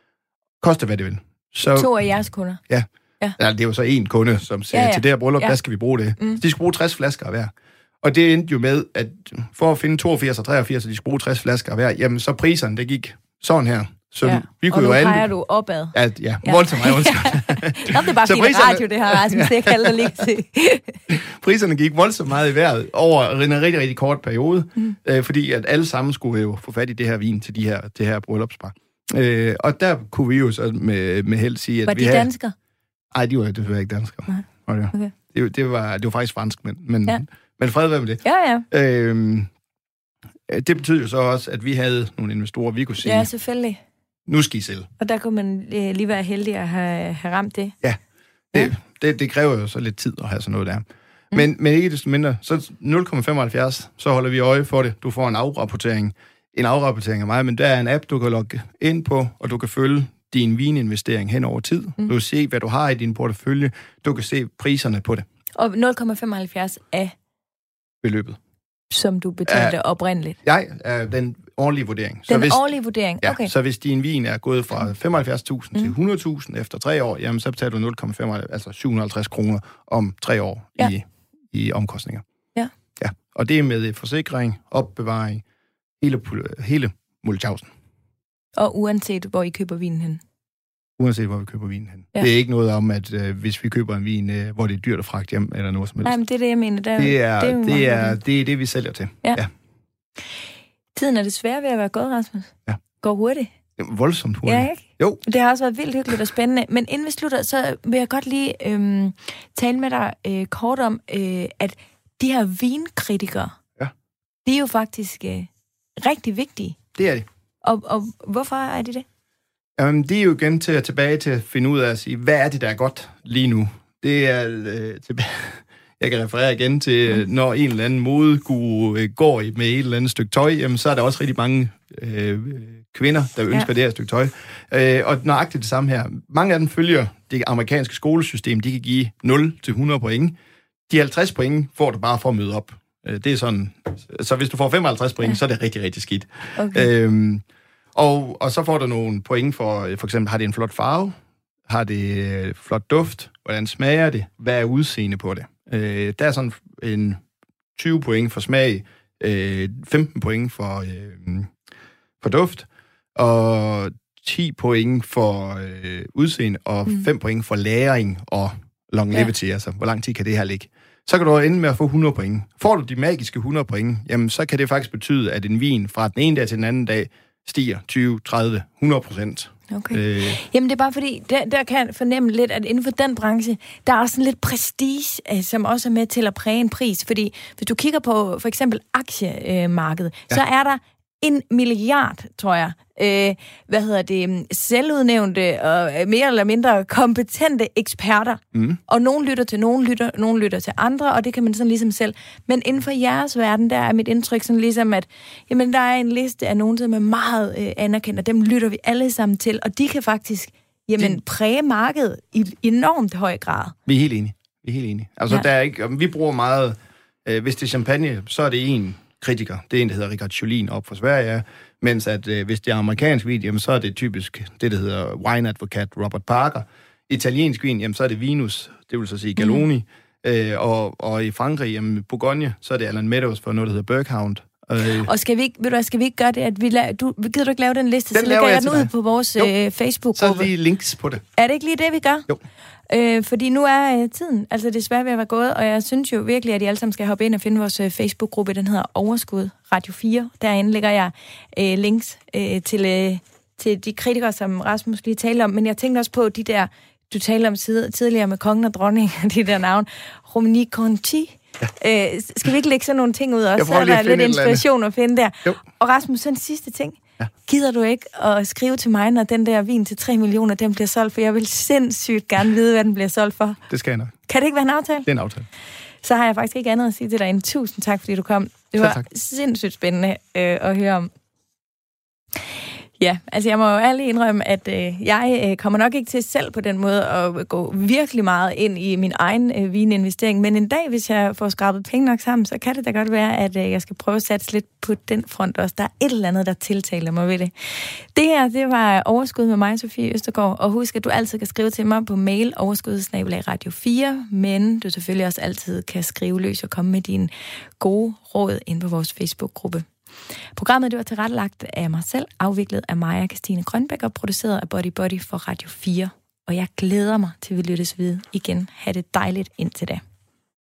Koste hvad det vil. Så, to af jeres kunder? Ja. ja. ja det var så en kunde, som sagde, ja, ja. til det her bryllup, ja. der skal vi bruge det. Mm. De skulle bruge tres flasker hver. Og det endte jo med, at for at finde toogfirs og treogfirs, og de skulle bruge tres flasker hver, jamen så priserne, det gik sådan her. Så ja. vi kunne og nu jo peger du opad. At, ja, ja. voldsomt meget undskyld. Nå, det er bare fordi priserne... radio, det her, Rasmus, det kan jeg lige se. Priserne gik voldsomt meget i vejret over en rigtig, rigtig kort periode, mm. øh, fordi at alle sammen skulle jo få fat i det her vin til de her, det her bryllupspar. Øh, og der kunne vi jo så med, med held sige, at var vi de havde... danskere? Nej, de var, det var ikke danskere. Nej. Okay. Okay. Det, det, var, det var faktisk franskmænd, men, ja. men fred være med det. Ja, ja. Øh, det betyder jo så også, at vi havde nogle investorer, vi kunne sige... Ja, selvfølgelig. Nu skal I sælge. Og der kunne man øh, lige være heldig at have, have ramt det. Ja, det, ja. Det, det kræver jo så lidt tid at have sådan noget der. Mm. Men, men ikke desto mindre, så nul komma femoghalvfjerds, så holder vi øje for det. Du får en afrapportering. En afrapportering af mig, men der er en app, du kan logge ind på, og du kan følge din vininvestering hen over tid. Mm. Du kan se, hvad du har i din portefølje. Du kan se priserne på det. Og nul komma femoghalvfjerds af beløbet. Som du betalte uh, oprindeligt? Jeg er den årlige vurdering. Den så hvis, årlige vurdering, okay. Ja, så hvis din vin er gået fra femoghalvfjerds tusind mm. til hundrede tusind efter tre år, jamen så betaler du nul komma femoghalvfjerds, altså syv hundrede og halvtreds kroner om tre år ja. i, i omkostninger. Ja. Ja. Og det er med forsikring, opbevaring, hele, hele Mulchausen. Og uanset hvor I køber vinen hen? Uanset hvor vi køber vinen hen. Ja. Det er ikke noget om, at øh, hvis vi køber en vin, øh, hvor det er dyrt at fragte hjem, eller noget som helst. Nej, men det er det, jeg mener. Der, det, er, det, er, det, er, det er det, vi sælger til. Ja. Ja. Tiden er desværre ved at være gået, Rasmus. Ja. Går hurtigt. Voldsomt hurtigt. Ja, ikke? Jo. Det har også været vildt hyggeligt og spændende. Men inden vi slutter, så vil jeg godt lige øhm, tale med dig øh, kort om, øh, at de her vinkritikere, ja. de er jo faktisk øh, rigtig vigtige. Det er de. Og, og hvorfor er de det? Jamen, det er jo igen til at tilbage til at finde ud af at sige, hvad er det, der er godt lige nu? Det er øh, tilbage... Jeg kan referere igen til, når en eller anden modeguru øh, går med et eller andet stykke tøj, jamen, så er der også rigtig mange øh, kvinder, der ønsker ja. det her stykke tøj. Øh, og nøjagtigt det samme her. Mange af dem følger det amerikanske skolesystem. De kan give nul til hundrede point. De halvtreds point får du bare for at møde op. Øh, det er sådan. Så hvis du får femoghalvtreds point, ja. så er det rigtig, rigtig skidt. Okay. Øh, og, og så får du nogle point for, for eksempel, har det en flot farve? Har det flot duft? Hvordan smager det? Hvad er udseende på det? Øh, der er sådan en tyve point for smag, øh, femten point for, øh, for duft, og ti point for øh, udseende, og mm. fem point for lagring og longevity, ja. altså hvor lang tid kan det her ligge. Så kan du ende med at få hundrede point. Får du de magiske hundrede point, jamen så kan det faktisk betyde, at en vin fra den ene dag til den anden dag stiger tyve, tredive, hundrede procent. Okay. Øh. Jamen, det er bare fordi, der, der kan jeg fornemme lidt, at inden for den branche, der er også sådan lidt prestige, som også er med til at præge en pris. Fordi hvis du kigger på for eksempel aktiemarkedet, ja. så er der en milliard, tror jeg, øh, hvad hedder det, selvudnævnte og mere eller mindre kompetente eksperter. Mm. Og nogen lytter til nogen, lytter, nogen lytter til andre, og det kan man sådan ligesom selv. Men inden for jeres verden, der er mit indtryk sådan ligesom, at jamen, der er en liste af nogen, som er meget øh, anerkendt, og dem lytter vi alle sammen til, og de kan faktisk jamen, præge markedet i enormt høj grad. Vi er helt enige. Vi er helt enige. Altså, ja. der er ikke, vi bruger meget Øh, hvis det er champagne, så er det en kritiker. Det er en, der hedder Richard Jolien op fra Sverige. Mens at øh, hvis det er amerikansk vin, jamen, så er det typisk det, der hedder Wine Advocate Robert Parker. Italiensk vin, jamen, så er det Vinus, det vil så sige Galoni. Mm. Øh, og, og i Frankrig, jamen, Bourgogne, så er det Alan Meadows for noget, der hedder Berghound. Øh. Og skal vi, ikke, ved du, skal vi ikke gøre det, at vi la- du, gider du ikke lave den liste, den så lægger jeg den ud dig. På vores øh, Facebook-gruppe. Så er lige links på det. Er det ikke lige det, vi gør? Jo. Øh, fordi nu er øh, tiden, altså det er svært ved at være gået, og jeg synes jo virkelig, at I alle sammen skal hoppe ind og finde vores øh, Facebook-gruppe, den hedder Overskud Radio fire. Derinde lægger jeg øh, links øh, til, øh, til de kritikere, som Rasmus lige talte om, men jeg tænkte også på de der, du talte om tidligere med kongen og dronningen, de der navn, Romani Conti. Ja. Øh, skal vi ikke lægge sådan nogle ting ud også, så er der lidt inspiration at finde der. Jo. Og Rasmus, sådan en sidste ting. Ja. Gider du ikke at skrive til mig, når den der vin til tre millioner, den bliver solgt? For jeg vil sindssygt gerne vide, hvad den bliver solgt for. Det skal jeg nok. Kan det ikke være en aftale? Det er en aftale. Så har jeg faktisk ikke andet at sige til dig end tusind tak, fordi du kom. Det var tak. Sindssygt spændende øh, at høre om. Ja, altså jeg må jo ærligt indrømme, at øh, jeg øh, kommer nok ikke til selv på den måde at gå virkelig meget ind i min egen øh, vininvestering, men en dag, hvis jeg får skrabet penge nok sammen, så kan det da godt være, at øh, jeg skal prøve at satse lidt på den front også. Der er et eller andet, der tiltaler mig ved det. Det her, det var Overskud med mig, Sofie Østergaard, og husk, at du altid kan skrive til mig på mail, overskud snabel-a radio fire, men du selvfølgelig også altid kan skrive løs og komme med dine gode råd ind på vores Facebook-gruppe. Programmet det var tilrettelagt af mig selv, afviklet af Maja Christine Grønbæk og produceret af Body Body for Radio fire. Og jeg glæder mig til, at vi lyttes ved igen. Ha' det dejligt indtil da.